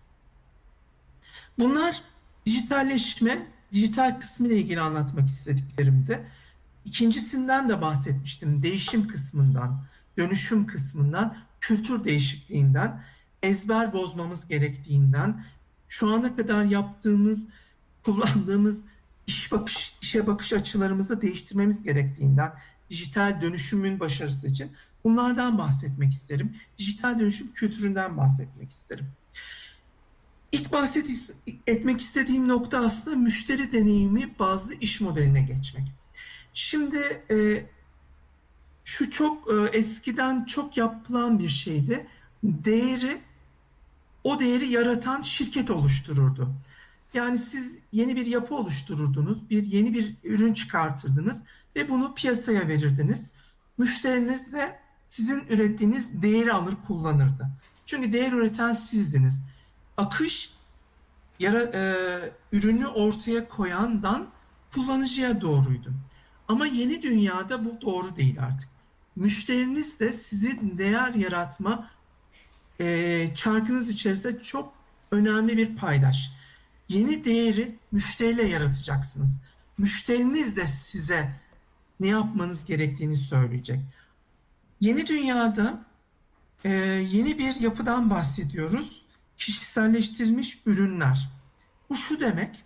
Bunlar dijitalleşme, dijital kısmı ile ilgili anlatmak istediklerimdi. İkincisinden de bahsetmiştim. Değişim kısmından, dönüşüm kısmından, kültür değişikliğinden, ezber bozmamız gerektiğinden, şu ana kadar yaptığımız, kullandığımız iş bakış, işe bakış açılarımızı değiştirmemiz gerektiğinden, dijital dönüşümün başarısı için bunlardan bahsetmek isterim. Dijital dönüşüm kültüründen bahsetmek isterim. İlk bahsetmek istediğim nokta aslında müşteri deneyimi bazlı iş modeline geçmek. Şimdi e, şu çok e, eskiden çok yapılan bir şeydi. Değeri, o değeri yaratan şirket oluştururdu. Yani siz yeni bir yapı oluştururdunuz, bir yeni bir ürün çıkartırdınız ve bunu piyasaya verirdiniz. Müşteriniz de sizin ürettiğiniz değeri alır kullanırdı. Çünkü değer üreten sizdiniz. Akış yara, e, ürünü ortaya koyandan kullanıcıya doğruydu. Ama yeni dünyada bu doğru değil artık. Müşteriniz de sizin değer yaratma e, çarkınız içerisinde çok önemli bir paydaş. Yeni değeri müşteriyle yaratacaksınız. Müşteriniz de size ne yapmanız gerektiğini söyleyecek. Yeni dünyada e, yeni bir yapıdan bahsediyoruz. Kişiselleştirilmiş ürünler. Bu şu demek: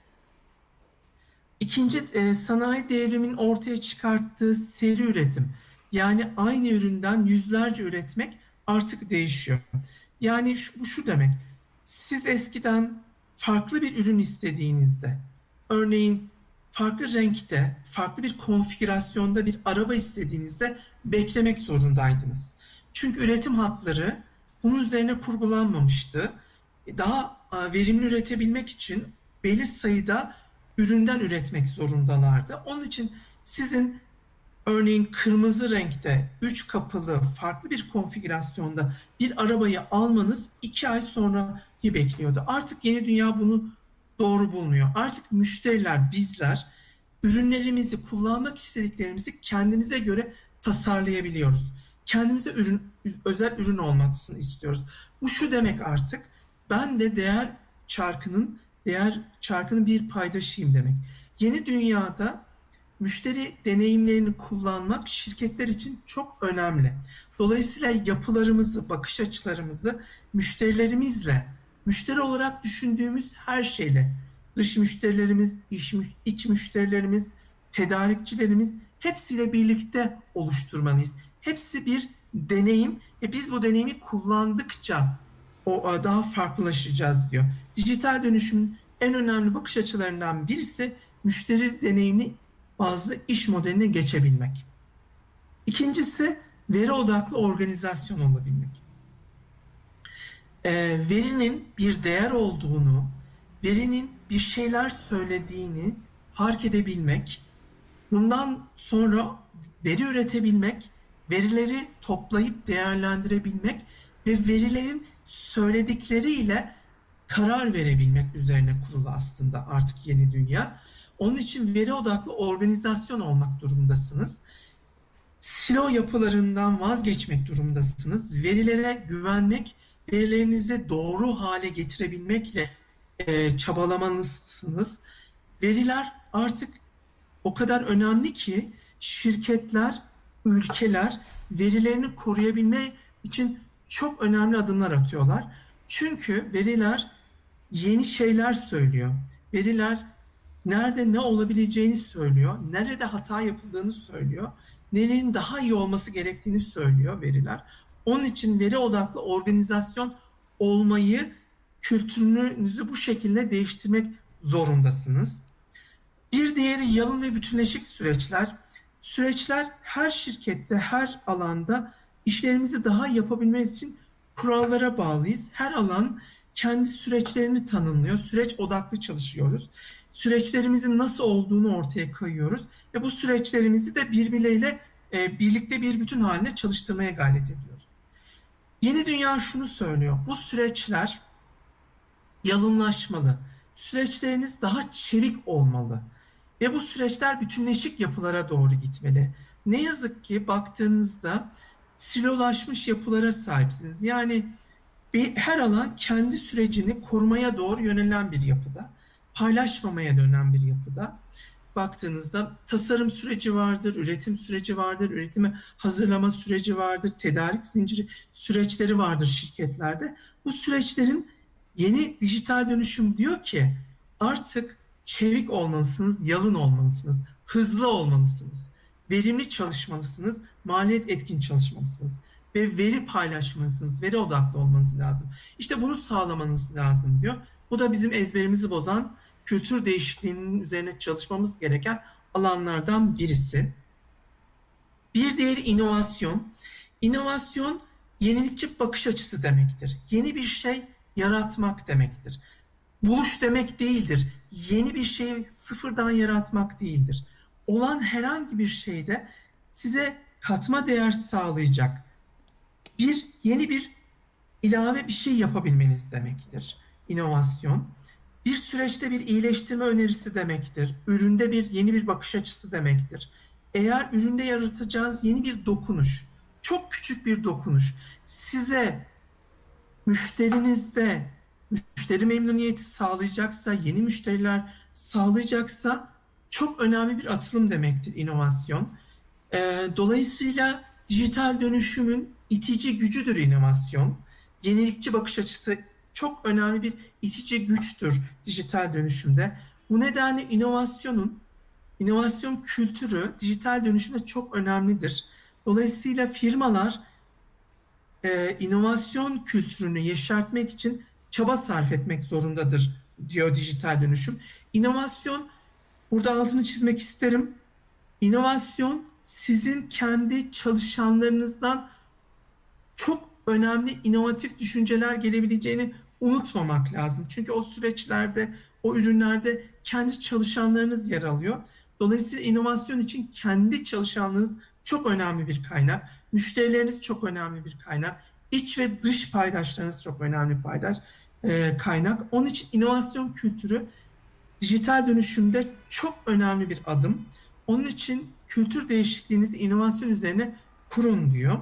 İkinci e, sanayi devriminin ortaya çıkarttığı seri üretim, yani aynı üründen yüzlerce üretmek artık değişiyor. Yani şu, bu şu demek: siz eskiden farklı bir ürün istediğinizde, örneğin farklı renkte, farklı bir konfigürasyonda bir araba istediğinizde beklemek zorundaydınız. Çünkü üretim hatları bunun üzerine kurgulanmamıştı. Daha e, verimli üretebilmek için belli sayıda üründen üretmek zorundalardı. Onun için sizin örneğin kırmızı renkte üç kapılı farklı bir konfigürasyonda bir arabayı almanız iki ay sonrayı bekliyordu. Artık yeni dünya bunu doğru bulmuyor. Artık müşteriler, bizler ürünlerimizi, kullanmak istediklerimizi kendimize göre tasarlayabiliyoruz. Kendimize ürün, özel ürün olmasını istiyoruz. Bu şu demek: artık ben de değer çarkının değer çarkının bir paydaşıyım demek. Yeni dünyada müşteri deneyimlerini kullanmak şirketler için çok önemli. Dolayısıyla yapılarımızı, bakış açılarımızı müşterilerimizle, müşteri olarak düşündüğümüz her şeyle, dış müşterilerimiz, iç, iç müşterilerimiz, tedarikçilerimiz, hepsiyle birlikte oluşturmalıyız. Hepsi bir deneyim ve biz bu deneyimi kullandıkça o daha farklılaşacağız diyor. Dijital dönüşümün en önemli bakış açılarından birisi müşteri deneyimini bazı iş modeline geçebilmek. İkincisi veri odaklı organizasyon olabilmek. E, verinin bir değer olduğunu, verinin bir şeyler söylediğini fark edebilmek, bundan sonra veri üretebilmek, verileri toplayıp değerlendirebilmek ve verilerin söyledikleriyle karar verebilmek üzerine kurulu aslında artık yeni dünya. Onun için veri odaklı organizasyon olmak durumundasınız. Silo yapılarından vazgeçmek durumundasınız. Verilere güvenmek, verilerinizi doğru hale getirebilmekle e, çabalamalısınız. Veriler artık o kadar önemli ki şirketler, ülkeler verilerini koruyabilmek için çok önemli adımlar atıyorlar. Çünkü veriler yeni şeyler söylüyor. Veriler nerede ne olabileceğini söylüyor, nerede hata yapıldığını söylüyor, nelerin daha iyi olması gerektiğini söylüyor veriler. Onun için veri odaklı organizasyon olmayı, kültürünüzü bu şekilde değiştirmek zorundasınız. Bir diğeri yalın ve bütünleşik süreçler. Süreçler her şirkette, her alanda işlerimizi daha iyi yapabilmemiz için kurallara bağlıyız. Her alan kendi süreçlerini tanımlıyor. Süreç odaklı çalışıyoruz. Süreçlerimizin nasıl olduğunu ortaya koyuyoruz ve bu süreçlerimizi de birbirleriyle e, birlikte bir bütün halinde çalıştırmaya gayret ediyoruz. Yeni dünya şunu söylüyor: bu süreçler yalınlaşmalı. Süreçleriniz daha çevik olmalı. Ve bu süreçler bütünleşik yapılara doğru gitmeli. Ne yazık ki baktığınızda silolaşmış yapılara sahipsiniz. Yani bir, her alan kendi sürecini korumaya doğru yönelen bir yapıda. Paylaşmamaya dönen bir yapıda. Baktığınızda tasarım süreci vardır, üretim süreci vardır, üretimi hazırlama süreci vardır, tedarik zinciri süreçleri vardır şirketlerde. Bu süreçlerin yeni dijital dönüşüm diyor ki artık çevik olmalısınız, yalın olmalısınız, hızlı olmalısınız, verimli çalışmalısınız, maliyet etkin çalışmalısınız ve veri paylaşmalısınız, veri odaklı olmanız lazım. İşte bunu sağlamanız lazım diyor. Bu da bizim ezberimizi bozan, kültür değişikliğinin üzerine çalışmamız gereken alanlardan birisi. Bir diğeri inovasyon. İnovasyon yenilikçi bakış açısı demektir. Yeni bir şey yaratmak demektir. Buluş demek değildir. Yeni bir şeyi sıfırdan yaratmak değildir. Olan herhangi bir şeyde size katma değer sağlayacak bir yeni bir ilave bir şey yapabilmeniz demektir inovasyon. Bir süreçte bir iyileştirme önerisi demektir. Üründe bir yeni bir bakış açısı demektir. Eğer üründe yaratacağınız yeni bir dokunuş, çok küçük bir dokunuş size müşterinizde müşteri memnuniyeti sağlayacaksa, yeni müşteriler sağlayacaksa çok önemli bir atılım demektir inovasyon. Ee, dolayısıyla dijital dönüşümün itici gücüdür inovasyon. Yenilikçi bakış açısı çok önemli bir itici güçtür dijital dönüşümde. Bu nedenle inovasyonun, inovasyon kültürü dijital dönüşümde çok önemlidir. Dolayısıyla firmalar e, inovasyon kültürünü yeşertmek için çaba sarf etmek zorundadır diyor dijital dönüşüm. İnovasyon, burada altını çizmek isterim. İnovasyon sizin kendi çalışanlarınızdan çok önemli inovatif düşünceler gelebileceğini unutmamak lazım. Çünkü o süreçlerde, o ürünlerde kendi çalışanlarınız yer alıyor. Dolayısıyla inovasyon için kendi çalışanlarınız çok önemli bir kaynak. Müşterileriniz çok önemli bir kaynak. İç ve dış paydaşlarınız çok önemli bir paydaş, e, kaynak. Onun için inovasyon kültürü dijital dönüşümde çok önemli bir adım. Onun için kültür değişikliğinizi inovasyon üzerine kurun diyor.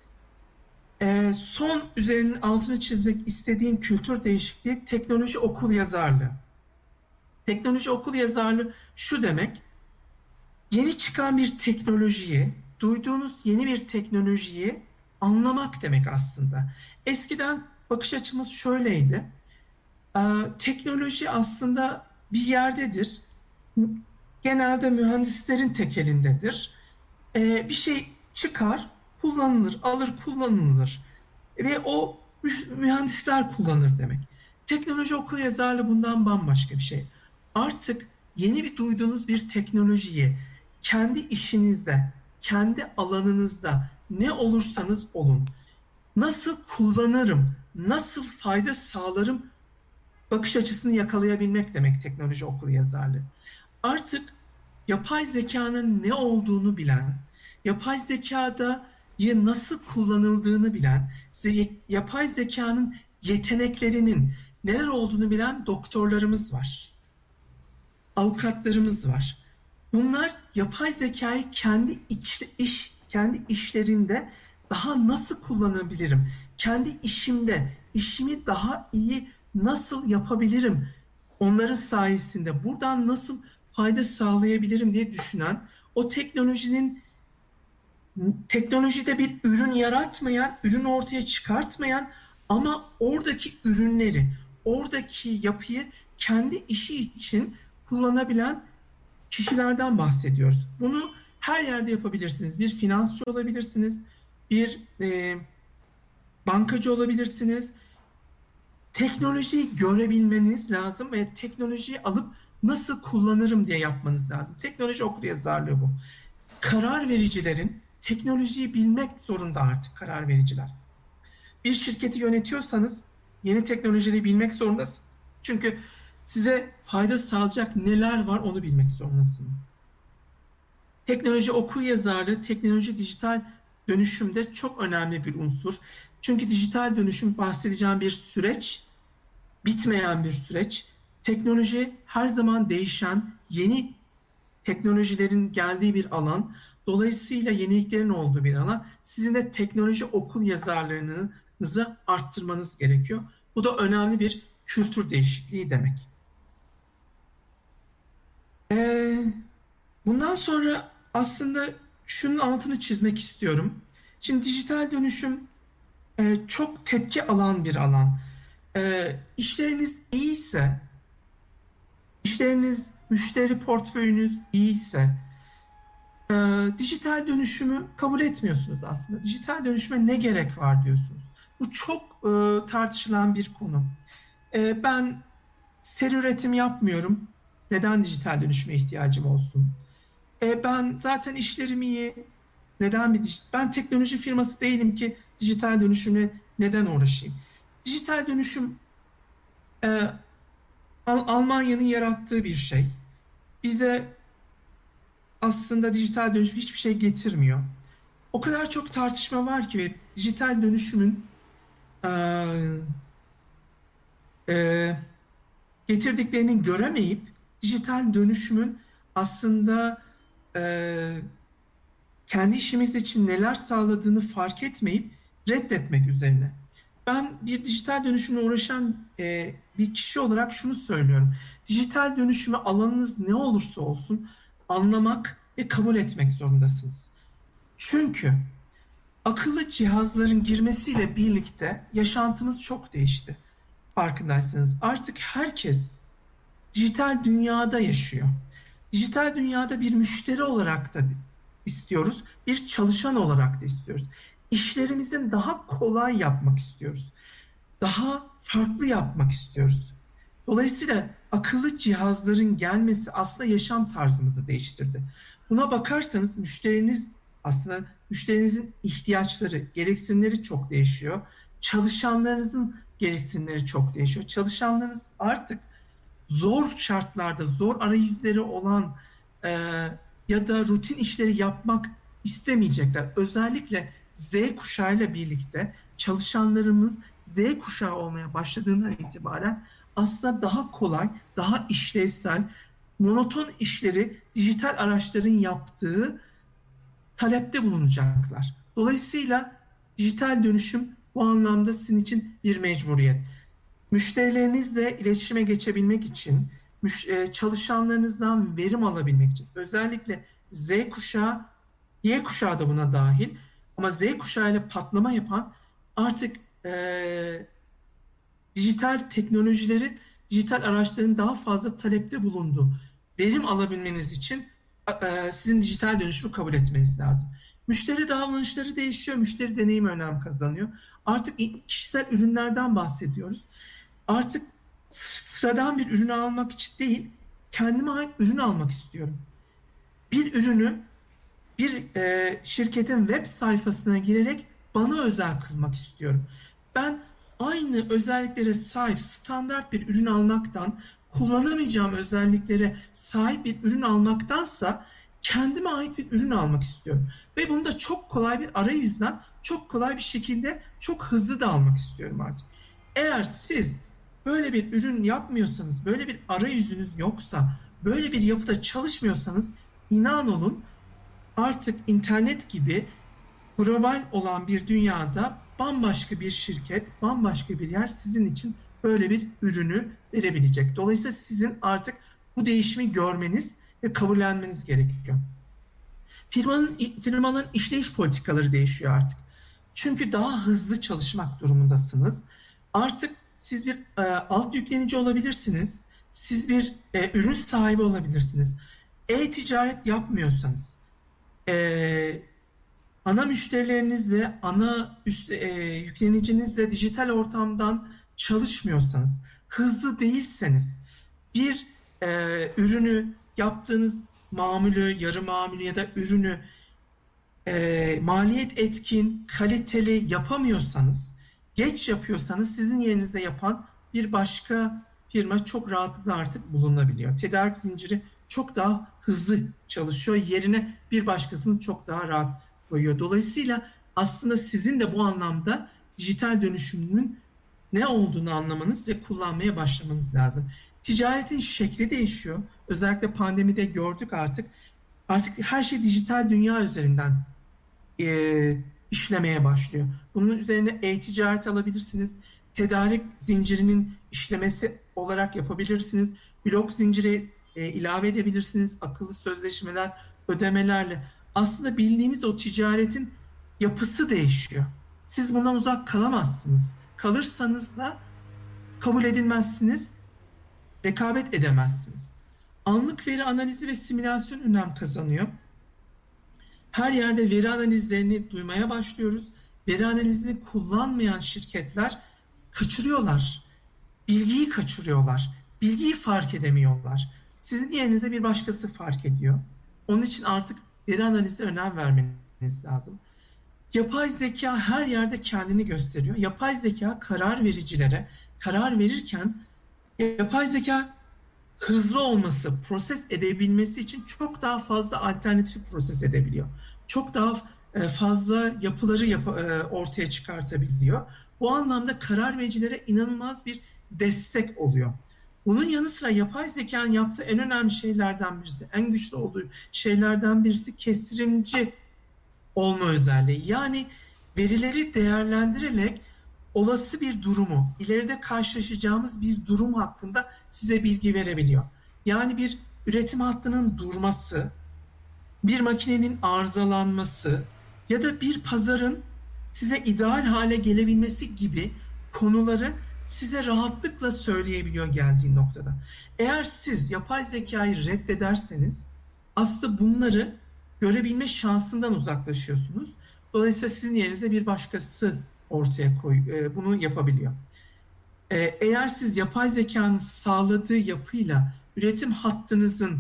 Ee, son üzerinin altını çizmek istediğim kültür değişikliği teknoloji okul yazarlığı. Teknoloji okul yazarlığı şu demek: yeni çıkan bir teknolojiyi, duyduğunuz yeni bir teknolojiyi anlamak demek aslında. Eskiden bakış açımız şöyleydi. Ee, teknoloji aslında bir yerdedir. Genelde mühendislerin tek elindedir. Ee, bir şey çıkar, kullanılır, alır kullanılır. Ve o mühendisler kullanır demek. Teknoloji okuryazarlığı bundan bambaşka bir şey. Artık yeni bir duyduğunuz bir teknolojiyi kendi işinizde, kendi alanınızda ne olursanız olun, nasıl kullanırım, nasıl fayda sağlarım bakış açısını yakalayabilmek demek teknoloji okuryazarlığı. Artık yapay zekanın ne olduğunu bilen, yapay zekada nasıl kullanıldığını bilen, yapay zekanın yeteneklerinin neler olduğunu bilen doktorlarımız var, avukatlarımız var. Bunlar yapay zekayı kendi iç, iş, kendi işlerinde daha nasıl kullanabilirim? Kendi işimde işimi daha iyi nasıl yapabilirim? Onların sayesinde buradan nasıl fayda sağlayabilirim diye düşünen, o teknolojinin teknolojide bir ürün yaratmayan, ürün ortaya çıkartmayan ama oradaki ürünleri, oradaki yapıyı kendi işi için kullanabilen kişilerden bahsediyoruz. Bunu her yerde yapabilirsiniz. Bir finansçı olabilirsiniz, bir e, bankacı olabilirsiniz. Teknolojiyi görebilmeniz lazım ve teknolojiyi alıp nasıl kullanırım diye yapmanız lazım. Teknoloji okuryazarlığı bu. Karar vericilerin teknolojiyi bilmek zorunda artık karar vericiler. Bir şirketi yönetiyorsanız yeni teknolojiyi bilmek zorundasınız. Çünkü size fayda sağlayacak neler var onu bilmek zorundasınız. Teknoloji okuryazarlığı, teknoloji dijital dönüşümde çok önemli bir unsur. Çünkü dijital dönüşüm bahsedeceğim bir süreç, bitmeyen bir süreç. Teknoloji her zaman değişen, yeni teknolojilerin geldiği bir alan. Dolayısıyla yeniliklerin olduğu bir alan. Sizin de teknoloji okul yazarlığınızı arttırmanız gerekiyor. Bu da önemli bir kültür değişikliği demek. Ee, bundan sonra aslında şunun altını çizmek istiyorum. Şimdi dijital dönüşüm e, çok tepki alan bir alan. E, işleriniz iyiyse, işleriniz, müşteri portföyünüz iyiyse, e, dijital dönüşümü kabul etmiyorsunuz aslında. Dijital dönüşüme ne gerek var diyorsunuz. Bu çok e, tartışılan bir konu. E, ben seri üretim yapmıyorum. Neden dijital dönüşüme ihtiyacım olsun? E, ben zaten işlerim iyi. Neden bir dijital? Ben teknoloji firması değilim ki dijital dönüşümle neden uğraşayım? Dijital dönüşüm e, Al- Almanya'nın yarattığı bir şey. Bize aslında dijital dönüşüm hiçbir şey getirmiyor. O kadar çok tartışma var ki ve dijital dönüşümün e, e, getirdiklerini göremeyip dijital dönüşümün aslında e, kendi işimiz için neler sağladığını fark etmeyip reddetmek üzerine. Ben bir dijital dönüşümle uğraşan e, bir kişi olarak şunu söylüyorum. Dijital dönüşümü alanınız ne olursa olsun anlamak ve kabul etmek zorundasınız. Çünkü akıllı cihazların girmesiyle birlikte yaşantımız çok değişti. Farkındaysanız artık herkes dijital dünyada yaşıyor. Dijital dünyada bir müşteri olarak da istiyoruz, bir çalışan olarak da istiyoruz. İşlerimizin daha kolay yapmak istiyoruz. Daha farklı yapmak istiyoruz. Dolayısıyla akıllı cihazların gelmesi aslında yaşam tarzımızı değiştirdi. Buna bakarsanız müşteriniz aslında müşterinizin ihtiyaçları, gereksinimleri çok değişiyor. Çalışanlarınızın gereksinimleri çok değişiyor. Çalışanlarınız artık zor şartlarda, zor arayüzleri olan e, ya da rutin işleri yapmak istemeyecekler. Özellikle Z kuşağıyla birlikte çalışanlarımız Z kuşağı olmaya başladığından itibaren aslında daha kolay, daha işlevsel, monoton işleri dijital araçların yaptığı talepte bulunacaklar. Dolayısıyla dijital dönüşüm bu anlamda sizin için bir mecburiyet. Müşterilerinizle iletişime geçebilmek için, çalışanlarınızdan verim alabilmek için, özellikle Z kuşağı, Y kuşağı da buna dahil, ama Z kuşağı ile patlama yapan artık e, dijital teknolojilerin, dijital araçların daha fazla talepte bulunduğu, verim alabilmeniz için e, sizin dijital dönüşümü kabul etmeniz lazım. Müşteri davranışları değişiyor, müşteri deneyimi önem kazanıyor. Artık kişisel ürünlerden bahsediyoruz. Artık sıradan bir ürünü almak için değil, kendime ait ürün almak istiyorum. Bir ürünü bir e, şirketin web sayfasına girerek bana özel kılmak istiyorum. Ben aynı özelliklere sahip standart bir ürün almaktan, kullanamayacağım özelliklere sahip bir ürün almaktansa kendime ait bir ürün almak istiyorum. Ve bunu da çok kolay bir arayüzden, çok kolay bir şekilde, çok hızlı da almak istiyorum artık. Eğer siz böyle bir ürün yapmıyorsanız, böyle bir arayüzünüz yoksa, böyle bir yapıda çalışmıyorsanız, inan olun artık internet gibi global olan bir dünyada bambaşka bir şirket, bambaşka bir yer sizin için böyle bir ürünü verebilecek. Dolayısıyla sizin artık bu değişimi görmeniz ve kabullenmeniz gerekiyor. Firmanın, firmanın işleyiş politikaları değişiyor artık. Çünkü daha hızlı çalışmak durumundasınız. Artık siz bir e, alt yüklenici olabilirsiniz. Siz bir e, ürün sahibi olabilirsiniz. E-ticaret yapmıyorsanız, e, ana müşterilerinizle, ana üst, e, yüklenicinizle dijital ortamdan çalışmıyorsanız, hızlı değilseniz, bir e, ürünü yaptığınız mamulü, yarı mamulü ya da ürünü e, maliyet etkin, kaliteli yapamıyorsanız, geç yapıyorsanız sizin yerinize yapan bir başka firma çok rahatlıkla artık bulunabiliyor. Tedarik zinciri çok daha hızlı çalışıyor. Yerine bir başkasını çok daha rahat koyuyor. Dolayısıyla aslında sizin de bu anlamda dijital dönüşümün ne olduğunu anlamanız ve kullanmaya başlamanız lazım. Ticaretin şekli değişiyor. Özellikle pandemide gördük artık. Artık her şey dijital dünya üzerinden e, işlemeye başlıyor. Bunun üzerine e-ticaret alabilirsiniz. Tedarik zincirinin işlemesi olarak yapabilirsiniz. Blok zinciri e, ilave edebilirsiniz. Akıllı sözleşmeler, ödemelerle. Aslında bildiğiniz o ticaretin yapısı değişiyor. Siz bundan uzak kalamazsınız. Kalırsanız da kabul edilmezsiniz, rekabet edemezsiniz. Anlık veri analizi ve simülasyon önem kazanıyor. Her yerde veri analizlerini duymaya başlıyoruz. Veri analizini kullanmayan şirketler kaçırıyorlar. Bilgiyi kaçırıyorlar. Bilgiyi fark edemiyorlar. Sizin yerinize bir başkası fark ediyor. Onun için artık veri analizi önem vermeniz lazım. Yapay zeka her yerde kendini gösteriyor. Yapay zeka karar vericilere karar verirken yapay zeka hızlı olması, proses edebilmesi için çok daha fazla alternatif proses edebiliyor. Çok daha fazla yapıları yap ortaya çıkartabiliyor. Bu anlamda karar vericilere inanılmaz bir destek oluyor. Bunun yanı sıra yapay zekanın yaptığı en önemli şeylerden birisi, en güçlü olduğu şeylerden birisi kestirimci olma özelliği. Yani verileri değerlendirerek olası bir durumu, ileride karşılaşacağımız bir durum hakkında size bilgi verebiliyor. Yani bir üretim hattının durması, bir makinenin arızalanması ya da bir pazarın size ideal hale gelebilmesi gibi konuları size rahatlıkla söyleyebiliyor geldiği noktada. Eğer siz yapay zekayı reddederseniz aslında bunları görebilme şansından uzaklaşıyorsunuz. Dolayısıyla sizin yerinize bir başkası ortaya koy, e, bunu yapabiliyor. E, Eğer siz yapay zekanın sağladığı yapıyla üretim hattınızın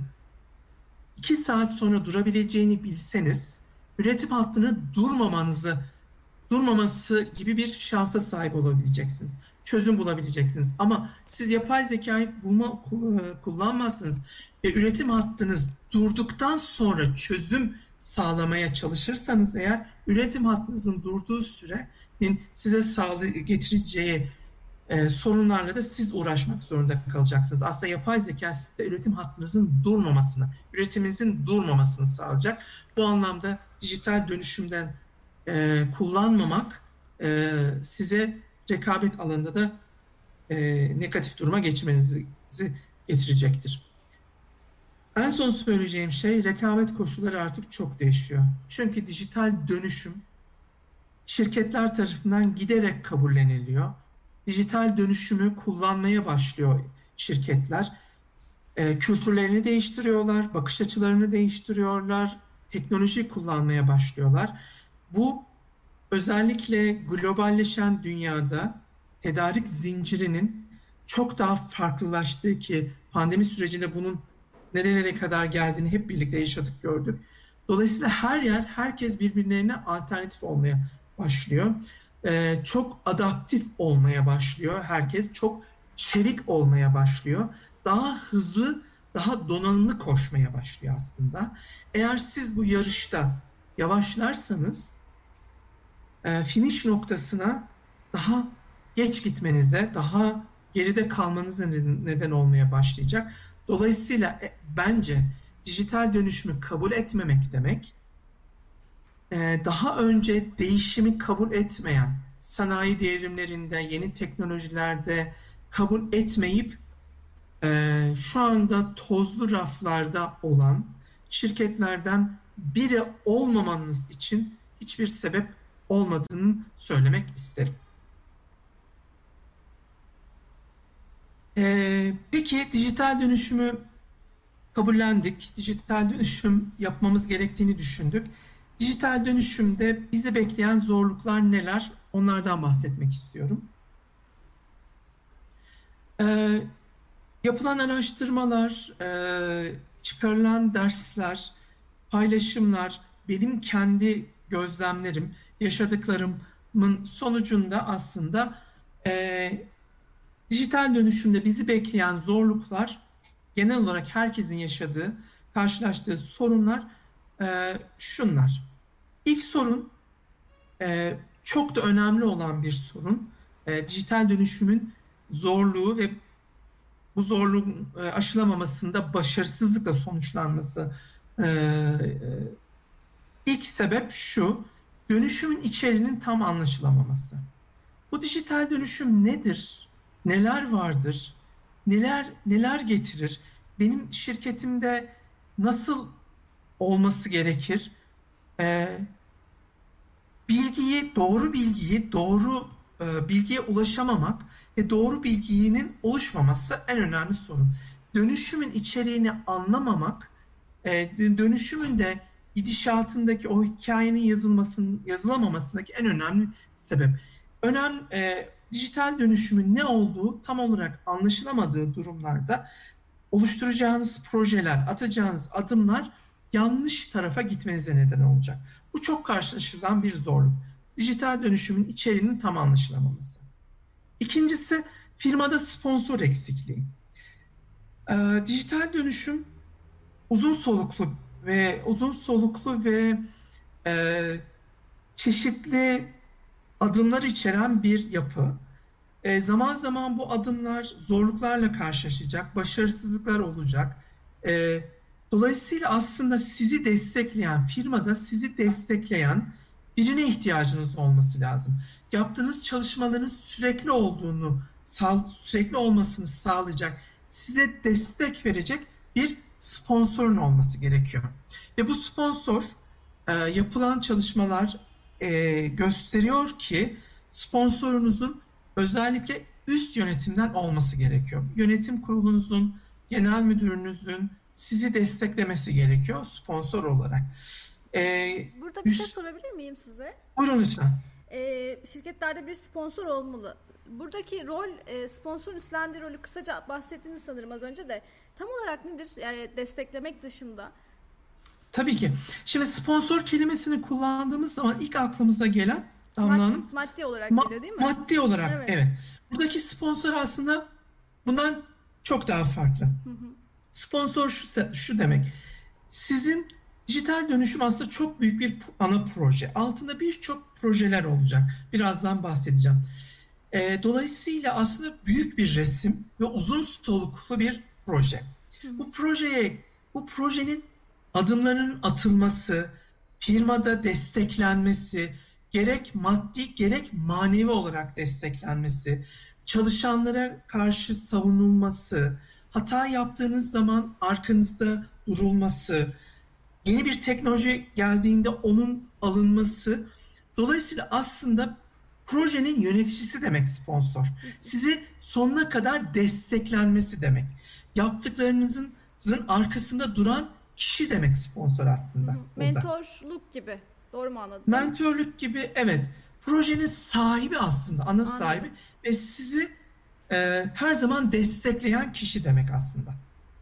iki saat sonra durabileceğini bilseniz, üretim hattını durmamanızı, durmaması gibi bir şansa sahip olabileceksiniz. Çözüm bulabileceksiniz. Ama siz yapay zekayı bulma, kullanmazsınız ve üretim hattınız durduktan sonra çözüm sağlamaya çalışırsanız eğer, üretim hattınızın durduğu sürenin size sağlığı getireceği e, sorunlarla da siz uğraşmak zorunda kalacaksınız. Aslında yapay zeka size üretim hattınızın durmamasını, üretiminizin durmamasını sağlayacak. Bu anlamda dijital dönüşümden e, kullanmamak e, size rekabet alanında da e, negatif duruma geçmenizi getirecektir. En son söyleyeceğim şey, rekabet koşulları artık çok değişiyor. Çünkü dijital dönüşüm şirketler tarafından giderek kabulleniliyor. Dijital dönüşümü kullanmaya başlıyor şirketler. E, kültürlerini değiştiriyorlar, bakış açılarını değiştiriyorlar, teknoloji kullanmaya başlıyorlar. Bu özellikle globalleşen dünyada tedarik zincirinin çok daha farklılaştığı, ki pandemi sürecinde bunun nerelere kadar geldiğini hep birlikte yaşadık, gördük. Dolayısıyla her yer, herkes birbirlerine alternatif olmaya başlıyor. Ee, çok adaptif olmaya başlıyor. Herkes çok çevik olmaya başlıyor. Daha hızlı, daha donanımlı koşmaya başlıyor aslında. Eğer siz bu yarışta yavaşlarsanız e, finish noktasına daha geç gitmenize, daha geride kalmanıza neden, neden olmaya başlayacak. Dolayısıyla e, bence dijital dönüşümü kabul etmemek demek, e, daha önce değişimi kabul etmeyen, sanayi devrimlerinde, yeni teknolojilerde kabul etmeyip e, şu anda tozlu raflarda olan şirketlerden biri olmamanız için hiçbir sebep olmadığını söylemek isterim. Ee, peki dijital dönüşümü kabullendik. Dijital dönüşüm yapmamız gerektiğini düşündük. Dijital dönüşümde bizi bekleyen zorluklar neler? Onlardan bahsetmek istiyorum. Ee, Yapılan araştırmalar, e, çıkarılan dersler, paylaşımlar, benim kendi gözlemlerim, yaşadıklarımın sonucunda aslında e, dijital dönüşümde bizi bekleyen zorluklar, genel olarak herkesin yaşadığı, karşılaştığı sorunlar e, şunlar. İlk sorun, e, çok da önemli olan bir sorun, e, dijital dönüşümün zorluğu ve bu zorluğun e, aşılamamasında başarısızlıkla sonuçlanması. E, e, ilk sebep şu, dönüşümün içeriğinin tam anlaşılamaması. Bu dijital dönüşüm nedir? Neler vardır? Neler neler getirir? Benim şirketimde nasıl olması gerekir? E, bilgiyi, doğru bilgiyi, doğru e, bilgiye ulaşamamak ve doğru bilginin oluşmaması en önemli sorun. Dönüşümün içeriğini anlamamak, e, dönüşümün de gidişatındaki o hikayenin yazılmasının, yazılamamasındaki en önemli sebep. Önem, e, dijital dönüşümün ne olduğu tam olarak anlaşılamadığı durumlarda oluşturacağınız projeler, atacağınız adımlar yanlış tarafa gitmenize neden olacak. Bu çok karşılaşılan bir zorluk. Dijital dönüşümün içeriğinin tam anlaşılamaması. İkincisi, firmada sponsor eksikliği. Ee, dijital dönüşüm uzun soluklu ve uzun soluklu ve e, çeşitli adımlar içeren bir yapı. E, zaman zaman bu adımlar zorluklarla karşılaşacak, başarısızlıklar olacak. E, dolayısıyla aslında sizi destekleyen, firmada sizi destekleyen birine ihtiyacınız olması lazım. Yaptığınız çalışmaların sürekli olduğunu, sürekli olmasını sağlayacak, size destek verecek bir sponsorun olması gerekiyor. Ve bu sponsor e, yapılan çalışmalar e, gösteriyor ki sponsorunuzun özellikle üst yönetimden olması gerekiyor. Yönetim kurulunuzun, genel müdürünüzün sizi desteklemesi gerekiyor sponsor olarak. Ee, Burada bir üst... şey sorabilir miyim size? Buyurun lütfen. Ee, şirketlerde bir sponsor olmalı. Buradaki rol, e, sponsorun üstlendiği rolü kısaca bahsettiniz sanırım az önce de. Tam olarak nedir yani desteklemek dışında? Tabii ki. Şimdi sponsor kelimesini kullandığımız zaman ilk aklımıza gelen Damla Hanım, Mad- maddi olarak ma- geliyor değil mi? Maddi olarak evet. evet. Buradaki sponsor aslında bundan çok daha farklı. Hı hı. Sponsor şu, şu demek. Sizin dijital dönüşüm aslında çok büyük bir ana proje. Altında birçok projeler olacak. Birazdan bahsedeceğim. E, dolayısıyla aslında büyük bir resim ve uzun soluklu bir proje. Hı. Bu projeye, bu projenin adımlarının atılması, firmada desteklenmesi, gerek maddi gerek manevi olarak desteklenmesi, çalışanlara karşı savunulması, hata yaptığınız zaman arkanızda durulması, yeni bir teknoloji geldiğinde onun alınması. Dolayısıyla aslında projenin yöneticisi demek sponsor. Sizi sonuna kadar desteklenmesi demek. Yaptıklarınızın arkasında duran kişi demek sponsor aslında. Mentorluk gibi. Doğru mu anladım? Mentorluk gibi, evet. Projenin sahibi aslında, ana Anladım. sahibi ve sizi e, her zaman destekleyen kişi demek aslında.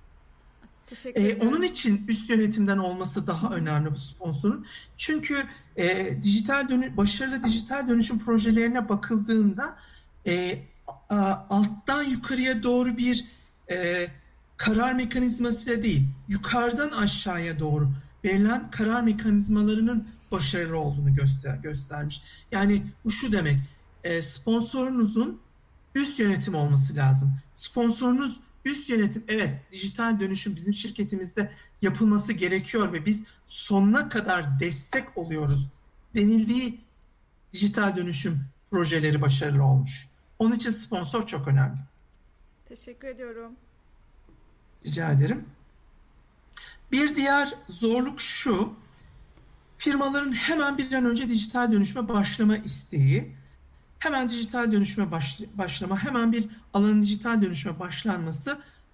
Teşekkür ederim. Ee, onun için üst yönetimden olması daha önemli bu sponsorun. Çünkü e, dijital dönü başarılı dijital dönüşüm projelerine bakıldığında e, a, alttan yukarıya doğru bir e, karar mekanizması değil, yukarıdan aşağıya doğru verilen karar mekanizmalarının başarılı olduğunu göster göstermiş. Yani bu şu demek, e, sponsorunuzun üst yönetim olması lazım. Sponsorunuz üst yönetim, evet, dijital dönüşüm bizim şirketimizde yapılması gerekiyor ve biz sonuna kadar destek oluyoruz denildiği dijital dönüşüm projeleri başarılı olmuş. Onun için sponsor çok önemli. Teşekkür ediyorum. Rica ederim. Bir diğer zorluk şu, firmaların hemen bir an önce dijital dönüşüme başlama isteği. Hemen dijital dönüşüme başlama, hemen bir alanın dijital dönüşüme başlanması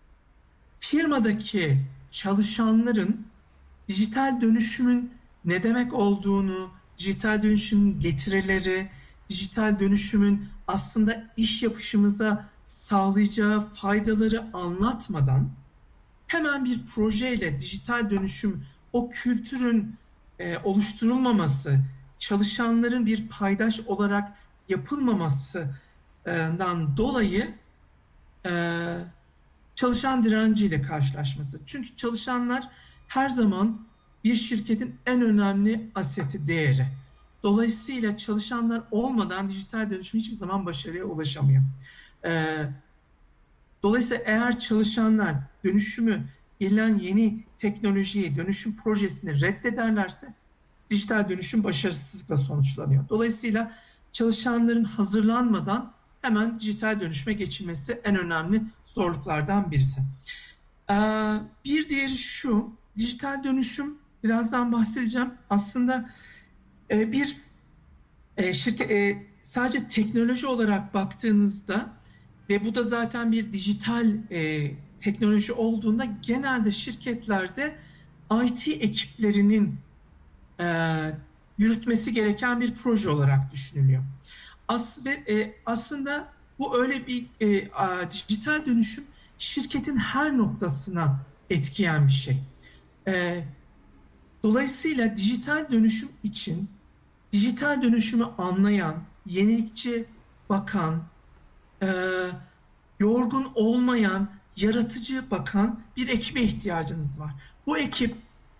firmadaki çalışanların dijital dönüşümün ne demek olduğunu, dijital dönüşümün getirileri, dijital dönüşümün aslında iş yapışımıza sağlayacağı faydaları anlatmadan hemen bir projeyle dijital dönüşüm, o kültürün e, oluşturulmaması, çalışanların bir paydaş olarak yapılmamasından dolayı e, çalışan direnciyle karşılaşması. Çünkü çalışanlar her zaman bir şirketin en önemli aseti, değeri. Dolayısıyla çalışanlar olmadan dijital dönüşüm hiçbir zaman başarıya ulaşamıyor. E, dolayısıyla eğer çalışanlar dönüşümü, gelen yeni teknolojiyi, dönüşüm projesini reddederlerse dijital dönüşüm başarısızlıkla sonuçlanıyor. Dolayısıyla çalışanların hazırlanmadan hemen dijital dönüşüme geçilmesi en önemli zorluklardan birisi. Bir diğeri şu, dijital dönüşüm, birazdan bahsedeceğim. Aslında bir şirket, sadece teknoloji olarak baktığınızda ve bu da zaten bir dijital teknoloji olduğunda genelde şirketlerde I T ekiplerinin yürütmesi gereken bir proje olarak düşünülüyor. As ve e, aslında bu öyle bir e, a, dijital dönüşüm şirketin her noktasına etkileyen bir şey. E, dolayısıyla dijital dönüşüm için dijital dönüşümü anlayan, yenilikçi bakan, e, yorgun olmayan, yaratıcı bakan bir ekibe ihtiyacınız var. Bu ekip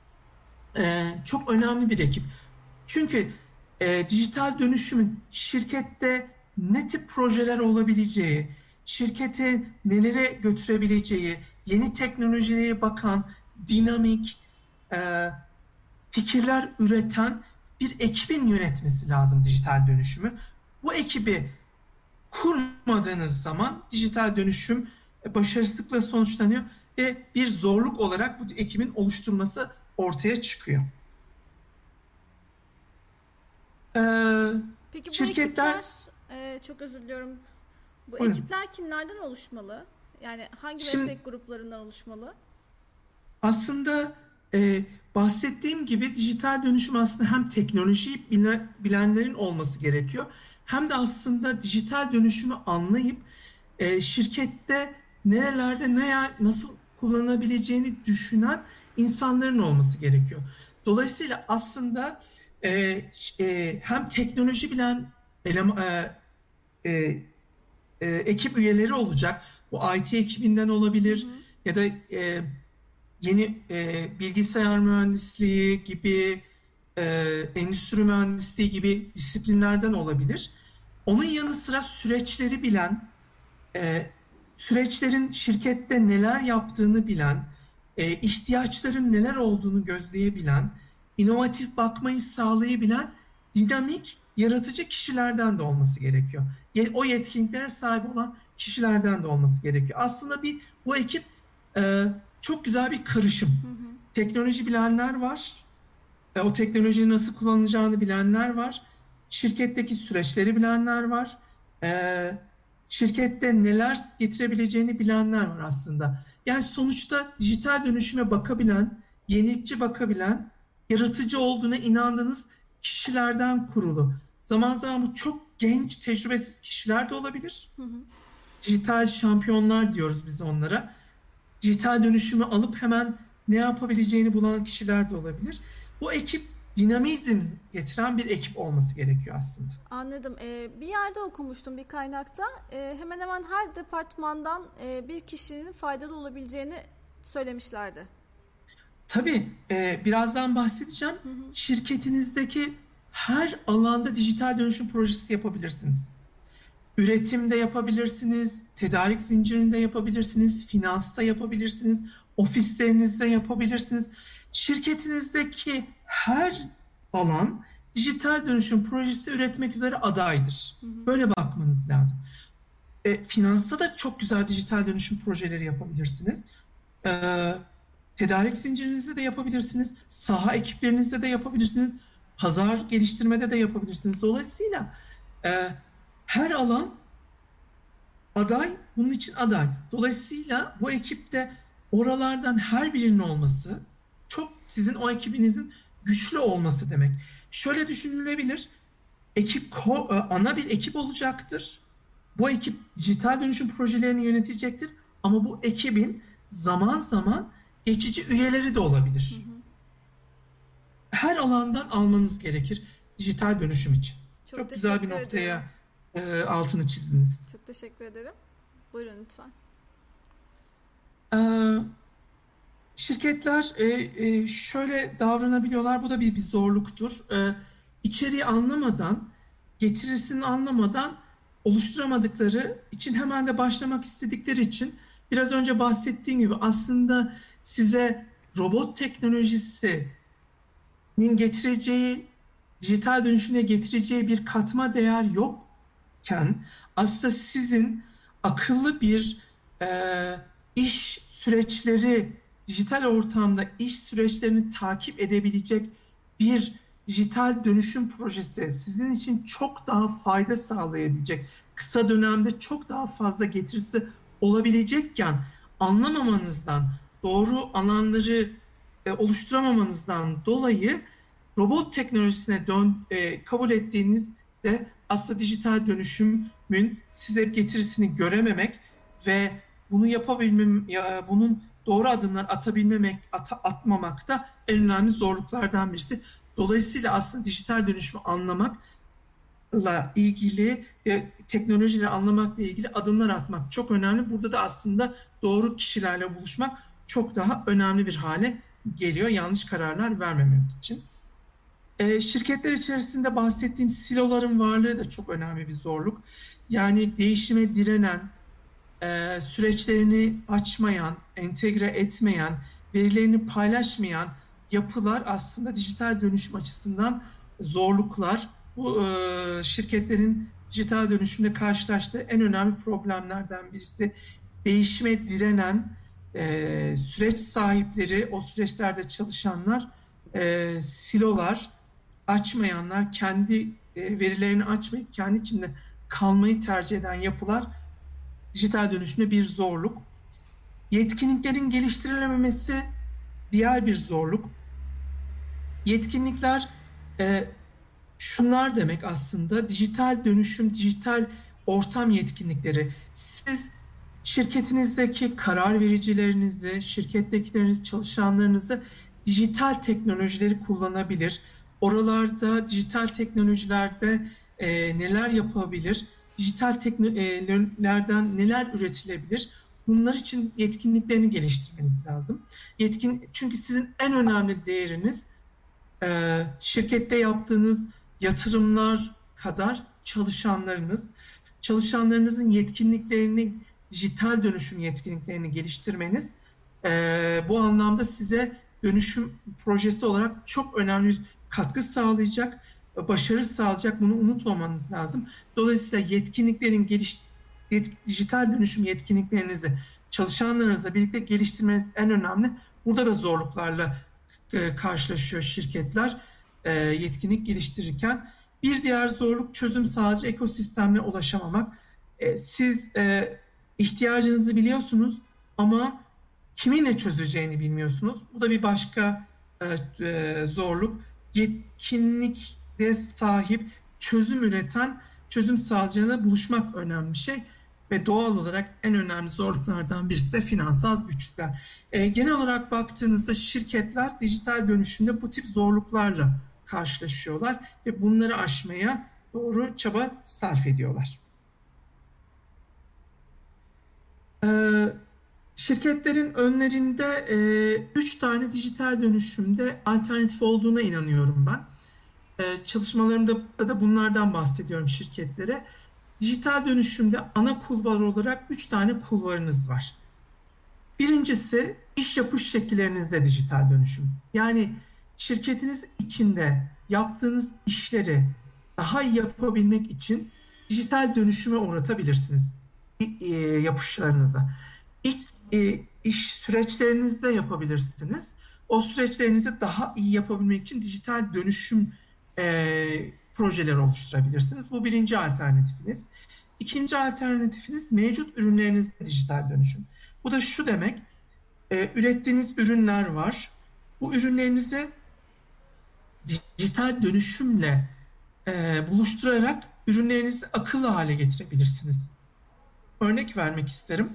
e, çok önemli bir ekip. Çünkü e, dijital dönüşümün şirkette ne tip projeler olabileceği, şirkete nelere götürebileceği, yeni teknolojilere bakan, dinamik, e, fikirler üreten bir ekibin yönetmesi lazım dijital dönüşümü. Bu ekibi kurmadığınız zaman dijital dönüşüm başarısızlıkla sonuçlanıyor ve bir zorluk olarak bu ekibin oluşturması ortaya çıkıyor. Ee, Peki bu şirketler... ekipler, e, çok özür diliyorum. Bu Buyurun. ekipler kimlerden oluşmalı? Yani hangi Şimdi meslek gruplarından oluşmalı? aslında e, bahsettiğim gibi dijital dönüşüm aslında hem teknolojiyi bile- bilenlerin olması gerekiyor. Hem de aslında dijital dönüşümü anlayıp e, şirkette nerelerde ne nasıl kullanabileceğini düşünen insanların olması gerekiyor. Dolayısıyla aslında e, e, hem teknoloji bilen eleman, e, e, e, ekip üyeleri olacak. Bu I T ekibinden Hı olabilir hı. ya da e, yeni e, bilgisayar mühendisliği gibi, e, endüstri mühendisliği gibi disiplinlerden olabilir. Onun yanı sıra süreçleri bilen, e, süreçlerin şirkette neler yaptığını bilen, e, ihtiyaçların neler olduğunu gözleyebilen, inovatif bakmayı sağlayabilen, dinamik, yaratıcı kişilerden de olması gerekiyor. O yetkinliklere sahip olan kişilerden de olması gerekiyor. Aslında bir bu ekip e, çok güzel bir karışım. Hı hı. Teknoloji bilenler var, e, o teknolojiyi nasıl kullanılacağını bilenler var. Şirketteki süreçleri bilenler var. E, şirkette neler getirebileceğini bilenler var aslında. Yani sonuçta dijital dönüşüme bakabilen, yenilikçi bakabilen, yaratıcı olduğuna inandığınız kişilerden kurulu. Zaman zaman bu çok genç, tecrübesiz kişiler de olabilir. Hı hı. Dijital şampiyonlar diyoruz biz onlara. Dijital dönüşümü alıp hemen ne yapabileceğini bulan kişiler de olabilir. Bu ekip dinamizm getiren bir ekip olması gerekiyor aslında. Anladım. Ee, bir yerde okumuştum, bir kaynakta. Ee, hemen hemen her departmandan e, bir kişinin faydalı olabileceğini söylemişlerdi. Tabii e, birazdan bahsedeceğim. Hı hı. Şirketinizdeki her alanda dijital dönüşüm projesi yapabilirsiniz. Üretimde yapabilirsiniz, tedarik zincirinde yapabilirsiniz, finansta yapabilirsiniz, ofislerinizde yapabilirsiniz. Şirketinizdeki her alan dijital dönüşüm projesi üretmek üzere adaydır. Hı hı. Böyle bakmanız lazım. E, finansta da çok güzel dijital dönüşüm projeleri yapabilirsiniz. E, tedarik zincirinizde de yapabilirsiniz. Saha ekiplerinizde de yapabilirsiniz. Pazar geliştirmede de yapabilirsiniz. Dolayısıyla e, her alan aday, bunun için aday. Dolayısıyla bu ekipte oralardan her birinin olması çok sizin o ekibinizin güçlü olması demek. Şöyle düşünülebilir. Ekip ana bir ekip olacaktır. Bu ekip dijital dönüşüm projelerini yönetecektir. Ama bu ekibin zaman zaman geçici üyeleri de Hı olabilir. hı. Her alandan almanız gerekir dijital dönüşüm için. Çok Çok güzel bir teşekkür ediyorum. noktaya e, altını çizdiniz. Çok teşekkür ederim. Buyurun lütfen. Ee, şirketler e, e, şöyle davranabiliyorlar. Bu da bir, bir zorluktur. Ee, içeriği anlamadan, getirisini anlamadan oluşturamadıkları için hemen de başlamak istedikleri için biraz önce bahsettiğim gibi aslında size robot teknolojisinin getireceği, dijital dönüşümle getireceği bir katma değer yokken aslında sizin akıllı bir e, iş süreçleri, dijital ortamda iş süreçlerini takip edebilecek bir dijital dönüşüm projesi sizin için çok daha fayda sağlayabilecek, kısa dönemde çok daha fazla getirisi olabilecekken anlamamanızdan, doğru alanları e, oluşturamamanızdan dolayı robot teknolojisine dön, e, kabul ettiğinizde aslında dijital dönüşümün size getirisini görememek ve bunu yapabilmem, ya, bunun doğru adımlar atabilmemek, at, atmamak da en önemli zorluklardan birisi. Dolayısıyla aslında dijital dönüşümü anlamakla ilgili ve teknolojileri anlamakla ilgili adımlar atmak çok önemli. Burada da aslında doğru kişilerle buluşmak çok daha önemli bir hale geliyor yanlış kararlar vermemek için. E, şirketler içerisinde bahsettiğim siloların varlığı da çok önemli bir zorluk. Yani değişime direnen, e, süreçlerini açmayan, entegre etmeyen, verilerini paylaşmayan yapılar aslında dijital dönüşüm açısından zorluklar, bu e, şirketlerin dijital dönüşümde karşılaştığı en önemli problemlerden birisi. Değişime direnen e, süreç sahipleri, o süreçlerde çalışanlar, e, silolar, açmayanlar, kendi e, verilerini açmayıp kendi içinde kalmayı tercih eden yapılar dijital dönüşümde bir zorluk. Yetkinliklerin geliştirilememesi diğer bir zorluk. Yetkinlikler e, şunlar demek aslında: dijital dönüşüm, dijital ortam yetkinlikleri. Siz şirketinizdeki karar vericilerinizi, şirkettekileriniz, çalışanlarınızı dijital teknolojileri kullanabilir. Oralarda dijital teknolojilerde e, neler yapabilir, dijital teknolojilerden neler üretilebilir? Bunlar için yetkinliklerini geliştirmeniz lazım. Yetkin, çünkü sizin en önemli değeriniz e, şirkette yaptığınız yatırımlar kadar çalışanlarınız. Çalışanlarınızın yetkinliklerini, dijital dönüşüm yetkinliklerini geliştirmeniz e, bu anlamda size dönüşüm projesi olarak çok önemli bir katkı sağlayacak, başarı sağlayacak. Bunu unutmamanız lazım. Dolayısıyla yetkinliklerin geliş, yet, dijital dönüşüm yetkinliklerinizi çalışanlarınızla birlikte geliştirmeniz en önemli. Burada da zorluklarla e, karşılaşıyor şirketler e, yetkinlik geliştirirken. Bir diğer zorluk, çözüm sağlayıcı ekosistemle ulaşamamak. E, siz e, ihtiyacınızı biliyorsunuz ama kiminle çözeceğini bilmiyorsunuz. Bu da bir başka e, e, zorluk. Yetkinlikle sahip, çözüm üreten, çözüm sağlayıcıyla buluşmak önemli bir şey. Ve doğal olarak en önemli zorluklardan birisi de finansal güçler. E, genel olarak baktığınızda şirketler dijital dönüşümde bu tip zorluklarla karşılaşıyorlar ve bunları aşmaya doğru çaba sarf ediyorlar. E, şirketlerin önlerinde e, üç tane dijital dönüşümde alternatif olduğuna inanıyorum ben. E, çalışmalarımda da bunlardan bahsediyorum şirketlere. Dijital dönüşümde ana kulvar olarak üç tane kulvarınız var. Birincisi, iş yapış şekillerinizde dijital dönüşüm. Yani şirketiniz içinde yaptığınız işleri daha iyi yapabilmek için dijital dönüşüme uğratabilirsiniz e, yapışlarınıza. İş, e, iş süreçlerinizde yapabilirsiniz. O süreçlerinizi daha iyi yapabilmek için dijital dönüşüm e, projeler oluşturabilirsiniz. Bu birinci alternatifiniz. İkinci alternatifiniz, mevcut ürünlerinizde dijital dönüşüm. Bu da şu demek: e, ürettiğiniz ürünler var. Bu ürünlerinizi dijital dönüşümle e, buluşturarak ürünlerinizi akıllı hale getirebilirsiniz. Örnek vermek isterim.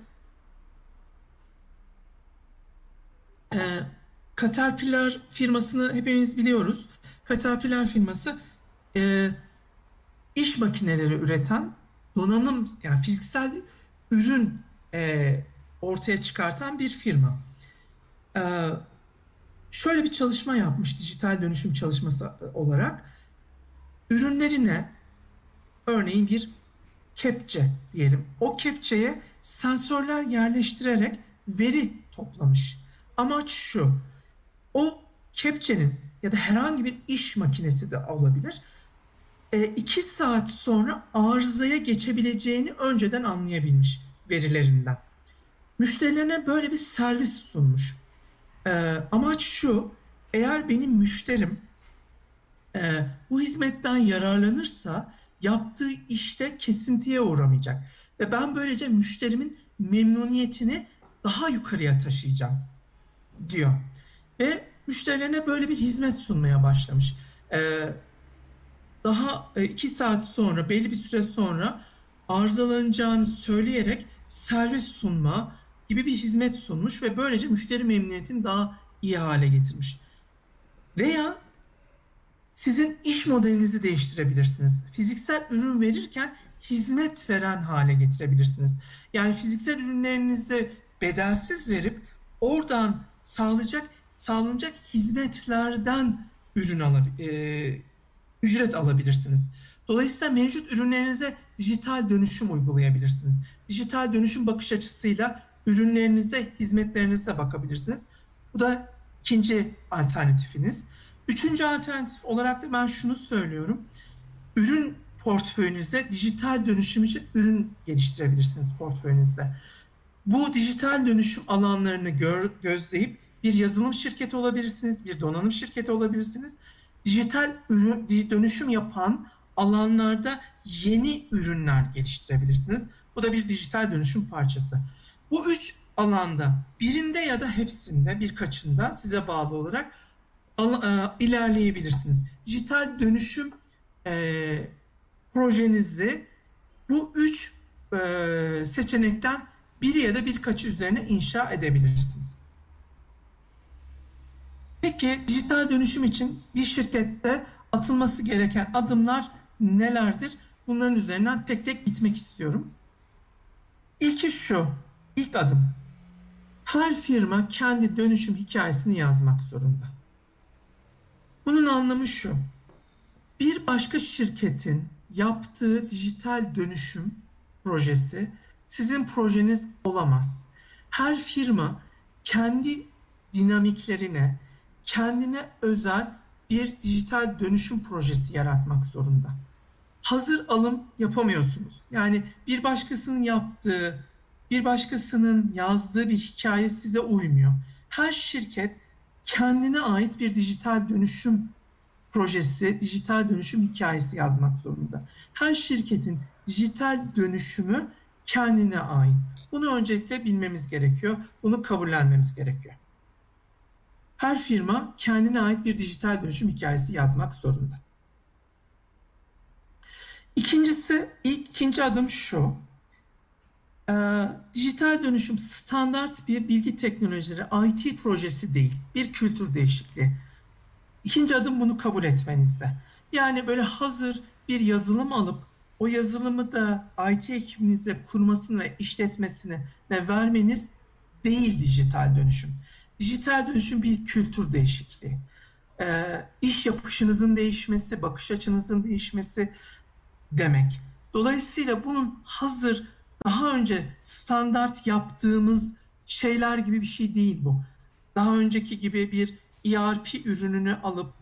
E, Caterpillar firmasını hepimiz biliyoruz. Caterpillar firması e, iş makineleri üreten, donanım, yani fiziksel ürün e, ortaya çıkartan bir firma. E, şöyle bir çalışma yapmış, dijital dönüşüm çalışması olarak. Ürünlerine örneğin bir kepçe diyelim. O kepçeye sensörler yerleştirerek veri toplamış. Amaç şu: o kepçenin ya da herhangi bir iş makinesi de olabilir, E, iki saat sonra arızaya geçebileceğini önceden anlayabilmiş verilerinden. Müşterilerine böyle bir servis sunmuş. E, amaç şu: eğer benim müşterim e, bu hizmetten yararlanırsa yaptığı işte kesintiye uğramayacak. Ve ben böylece müşterimin memnuniyetini daha yukarıya taşıyacağım diyor. Ve müşterilerine böyle bir hizmet sunmaya başlamış. E, daha e, iki saat sonra, belli bir süre sonra arızalanacağını söyleyerek servis sunma gibi bir hizmet sunmuş ve böylece müşteri memnuniyetini daha iyi hale getirmiş. Veya sizin iş modelinizi değiştirebilirsiniz. Fiziksel ürün verirken hizmet veren hale getirebilirsiniz. Yani fiziksel ürünlerinizi bedelsiz verip oradan sağlayacak, sağlanacak hizmetlerden ürün alabilirsiniz. Ücret alabilirsiniz. Dolayısıyla mevcut ürünlerinize dijital dönüşüm uygulayabilirsiniz. Dijital dönüşüm bakış açısıyla ürünlerinize, hizmetlerinize bakabilirsiniz. Bu da ikinci alternatifiniz. Üçüncü alternatif olarak da ben şunu söylüyorum. Ürün portföyünüzde dijital dönüşüm için ürün geliştirebilirsiniz portföyünüzde. Bu dijital dönüşüm alanlarını gör, gözleyip bir yazılım şirketi olabilirsiniz, bir donanım şirketi olabilirsiniz. Dijital ürün, dönüşüm yapan alanlarda yeni ürünler geliştirebilirsiniz. Bu da bir dijital dönüşüm parçası. Bu üç alanda birinde ya da hepsinde, birkaçında size bağlı olarak ilerleyebilirsiniz. Dijital dönüşüm e, projenizi bu üç e, seçenekten biri ya da birkaçı üzerine inşa edebilirsiniz. Peki dijital dönüşüm için bir şirkette atılması gereken adımlar nelerdir? Bunların üzerinden tek tek gitmek istiyorum. İlki şu, ilk adım. Her firma kendi dönüşüm hikayesini yazmak zorunda. Bunun anlamı şu. Bir başka şirketin yaptığı dijital dönüşüm projesi sizin projeniz olamaz. Her firma kendi dinamiklerine, kendine özel bir dijital dönüşüm projesi yaratmak zorunda. Hazır alım yapamıyorsunuz. Yani bir başkasının yaptığı, bir başkasının yazdığı bir hikaye size uymuyor. Her şirket kendine ait bir dijital dönüşüm projesi, dijital dönüşüm hikayesi yazmak zorunda. Her şirketin dijital dönüşümü kendine ait. Bunu öncelikle bilmemiz gerekiyor. Bunu kabullenmemiz gerekiyor. Her firma kendine ait bir dijital dönüşüm hikayesi yazmak zorunda. İkincisi, ilk, ikinci adım şu. Ee, dijital dönüşüm standart bir bilgi teknolojileri I T projesi değil. Bir kültür değişikliği. İkinci adım bunu kabul etmenizde. Yani böyle hazır bir yazılım alıp o yazılımı da I T ekibinize kurmasını ve işletmesini ve vermeniz değil dijital dönüşüm. Dijital dönüşüm bir kültür değişikliği. Ee, iş yapışınızın değişmesi, bakış açınızın değişmesi demek. Dolayısıyla bunun hazır daha önce standart yaptığımız şeyler gibi bir şey değil bu. Daha önceki gibi bir E R P ürününü alıp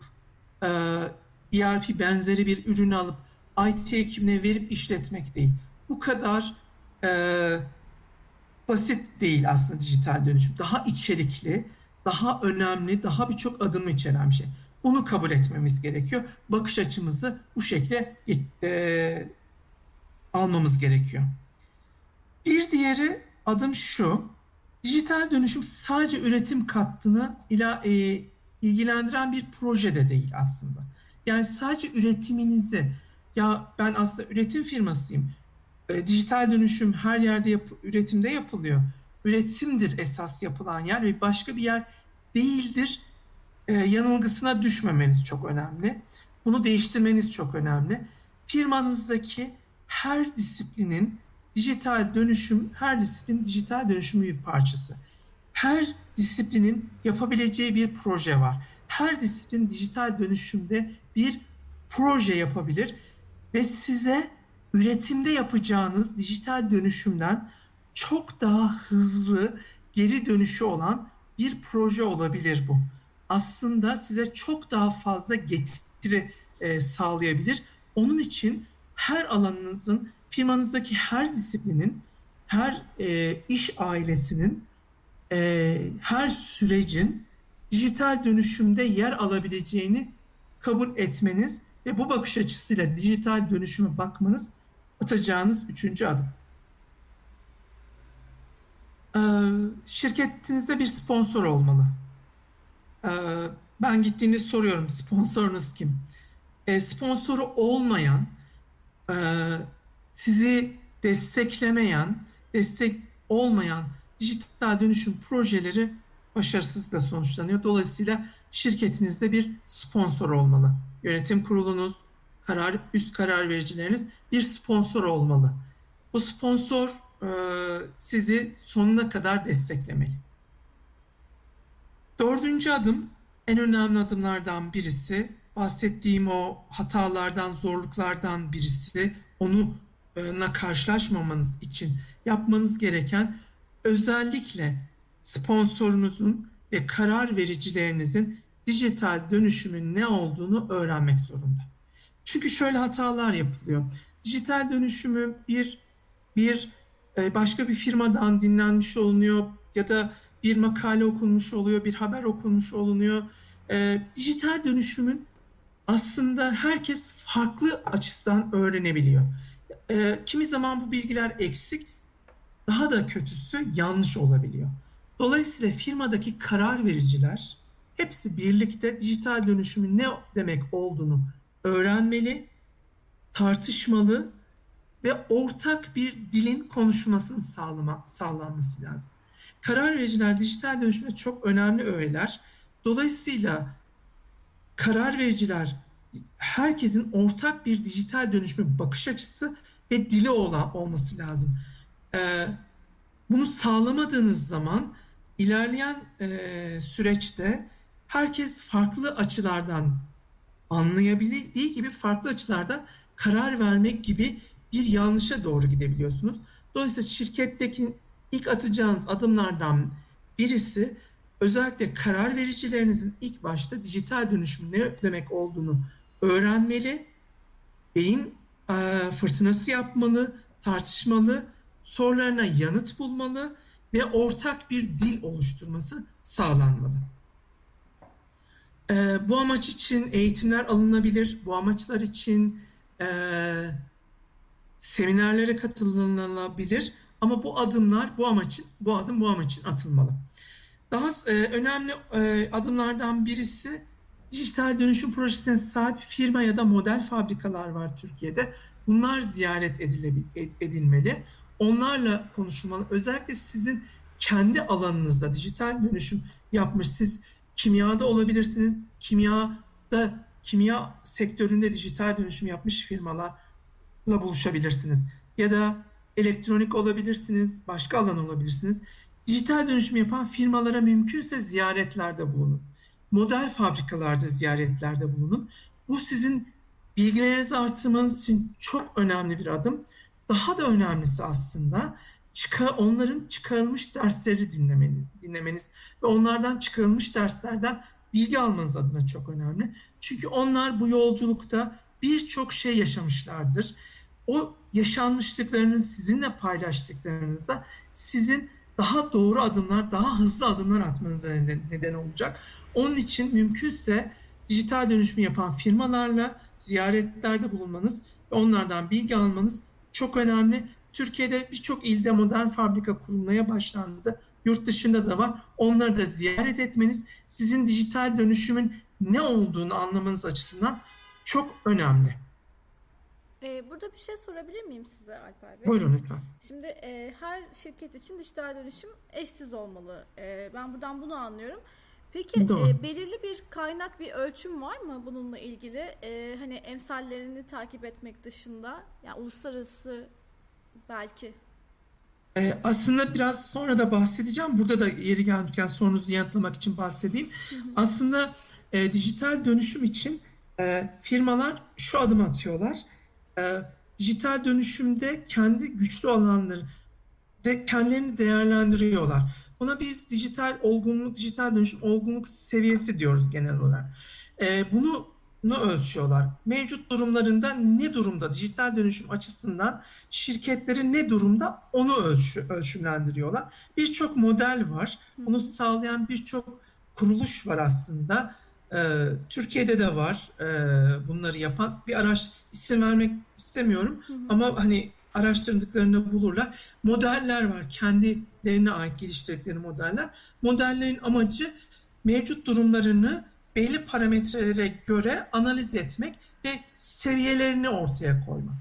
E R P benzeri bir ürünü alıp I T ekibine verip işletmek değil. Bu kadar e, basit değil aslında dijital dönüşüm. Daha içerikli, daha önemli, daha birçok adımı içeren bir şey. Bunu kabul etmemiz gerekiyor. Bakış açımızı bu şekilde e, almamız gerekiyor. Bir diğeri adım şu. Dijital dönüşüm sadece üretim kattını ila, e, ilgilendiren bir proje de değil aslında. Yani sadece üretiminizi, ya ben aslında üretim firmasıyım. E, dijital dönüşüm her yerde yap, üretimde yapılıyor. Üretimdir esas yapılan yer ve başka bir yer değildir. E, yanılgısına düşmemeniz çok önemli. Bunu değiştirmeniz çok önemli. Firmanızdaki her disiplinin dijital dönüşüm, her disiplin dijital dönüşümün bir parçası. Her disiplinin yapabileceği bir proje var. Her disiplin dijital dönüşümde bir proje yapabilir ve size üretimde yapacağınız dijital dönüşümden çok daha hızlı geri dönüşü olan bir proje olabilir bu. Aslında size çok daha fazla getiri e, sağlayabilir. Onun için her alanınızın, firmanızdaki her disiplinin, her e, iş ailesinin, e, her sürecin dijital dönüşümde yer alabileceğini kabul etmeniz ve bu bakış açısıyla dijital dönüşüme bakmanız atacağınız üçüncü adım. Ee, şirketinize bir sponsor olmalı. Ee, ben gittiğimde soruyorum, sponsorunuz kim? Ee, sponsoru olmayan, e, sizi desteklemeyen, destek olmayan dijital dönüşüm projeleri başarısızlıkla sonuçlanıyor. Dolayısıyla şirketinizde bir sponsor olmalı. Yönetim kurulunuz, karar, üst karar vericileriniz bir sponsor olmalı. Bu sponsor e, sizi sonuna kadar desteklemeli. Dördüncü adım, en önemli adımlardan birisi, bahsettiğim o hatalardan, zorluklardan birisi, onunla karşılaşmamanız için yapmanız gereken, özellikle sponsorunuzun ve karar vericilerinizin dijital dönüşümün ne olduğunu öğrenmek zorunda. Çünkü şöyle hatalar yapılıyor. Dijital dönüşümü bir bir e, başka bir firmadan dinlenmiş olunuyor ya da bir makale okunmuş oluyor, bir haber okunmuş olunuyor. E, dijital dönüşümün aslında herkes farklı açıdan öğrenebiliyor. E, kimi zaman bu bilgiler eksik, daha da kötüsü yanlış olabiliyor. Dolayısıyla firmadaki karar vericiler hepsi birlikte dijital dönüşümün ne demek olduğunu öğrenmeli, tartışmalı ve ortak bir dilin konuşmasının sağlama, sağlanması lazım. Karar vericiler dijital dönüşümde çok önemli öğeler. Dolayısıyla karar vericiler herkesin ortak bir dijital dönüşüme bakış açısı ve dili olan olması lazım. Ee, bunu sağlamadığınız zaman ilerleyen e, süreçte herkes farklı açılardan anlayabildiği gibi farklı açılardan karar vermek gibi bir yanlışa doğru gidebiliyorsunuz. Dolayısıyla şirketteki ilk atacağınız adımlardan birisi özellikle karar vericilerinizin ilk başta dijital dönüşümün ne demek olduğunu öğrenmeli, beyin e, fırtınası yapmalı, tartışmalı, sorularına yanıt bulmalı ve ortak bir dil oluşturması sağlanmalı. E, bu amaç için eğitimler alınabilir, bu amaçlar için e, seminerlere katılınabilir ama bu adımlar bu amaçın, bu adım bu amaç için atılmalı. Daha e, önemli e, adımlardan birisi dijital dönüşüm projesine sahip firma ya da model fabrikalar var Türkiye'de. Bunlar ziyaret edilmeli. Onlarla konuşulmalı. Özellikle sizin kendi alanınızda dijital dönüşüm yapmış. Siz kimyada olabilirsiniz. Kimyada, kimya sektöründe dijital dönüşüm yapmış firmalarla buluşabilirsiniz. Ya da elektronik olabilirsiniz, başka alan olabilirsiniz. Dijital dönüşüm yapan firmalara mümkünse ziyaretlerde bulunun. Model fabrikalarda ziyaretlerde bulunun. Bu sizin bilgilerinizi artırmanız için çok önemli bir adım. Daha da önemlisi aslında onların çıkarılmış dersleri dinlemeniz, dinlemeniz ve onlardan çıkarılmış derslerden bilgi almanız adına çok önemli. Çünkü onlar bu yolculukta birçok şey yaşamışlardır. O yaşanmışlıklarını sizinle paylaştıklarınızda sizin daha doğru adımlar, daha hızlı adımlar atmanıza neden olacak. Onun için mümkünse dijital dönüşümü yapan firmalarla ziyaretlerde bulunmanız ve onlardan bilgi almanız çok önemli. Türkiye'de birçok ilde modern fabrika kurulmaya başlandı. Yurt dışında da var. Onları da ziyaret etmeniz sizin dijital dönüşümün ne olduğunu anlamanız açısından çok önemli. Ee, burada bir şey sorabilir miyim size Alper Bey? Buyurun lütfen. Şimdi e, her şirket için dijital dönüşüm eşsiz olmalı. E, ben buradan bunu anlıyorum. Peki e, belirli bir kaynak, bir ölçüm var mı bununla ilgili? E, hani emsallerini takip etmek dışında, yani uluslararası belki. Ee, aslında biraz sonra da bahsedeceğim. Burada da yeri gelmişken sorunuzu yanıtlamak için bahsedeyim. Hı hı. Aslında e, dijital dönüşüm için e, firmalar şu adımı atıyorlar. E, dijital dönüşümde kendi güçlü alanları de kendilerini değerlendiriyorlar. Buna biz dijital olgunluk, dijital dönüşüm olgunluk seviyesi diyoruz genel olarak. E, bunu bunu ölçüyorlar. Mevcut durumlarında ne durumda dijital dönüşüm açısından şirketleri ne durumda onu ölçü, ölçümlendiriyorlar. Birçok model var. Bunu sağlayan birçok kuruluş var aslında. Ee, Türkiye'de de var e, bunları yapan. Bir araç isim vermek istemiyorum hı hı. ama hani araştırdıklarını bulurlar. Modeller var. Kendilerine ait geliştirdikleri modeller. Modellerin amacı mevcut durumlarını belli parametrelere göre analiz etmek ve seviyelerini ortaya koymak.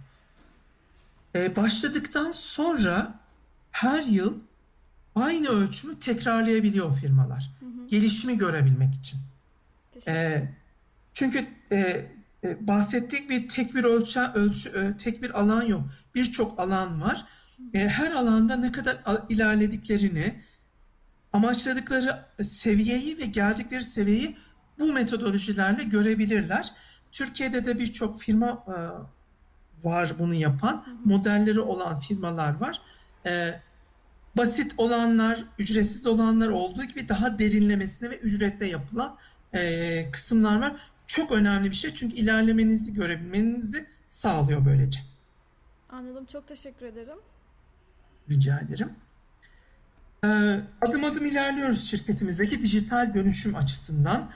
Ee, başladıktan sonra her yıl aynı ölçümü tekrarlayabiliyor firmalar. Hı hı. Gelişimi görebilmek için. E, çünkü e, e, bahsettiğim bir tek bir ölçü, ölçü e, tek bir alan yok. Birçok alan var. E, her alanda ne kadar ilerlediklerini, amaçladıkları seviyeyi ve geldikleri seviyeyi bu metodolojilerle görebilirler. Türkiye'de de birçok firma e, var bunu yapan. Modelleri olan firmalar var. E, basit olanlar, ücretsiz olanlar olduğu gibi daha derinlemesine ve ücretle yapılan e, kısımlar var. Çok önemli bir şey çünkü ilerlemenizi görebilmenizi sağlıyor böylece. Anladım. Çok teşekkür ederim. Rica ederim. E, adım adım ilerliyoruz şirketimizdeki dijital dönüşüm açısından.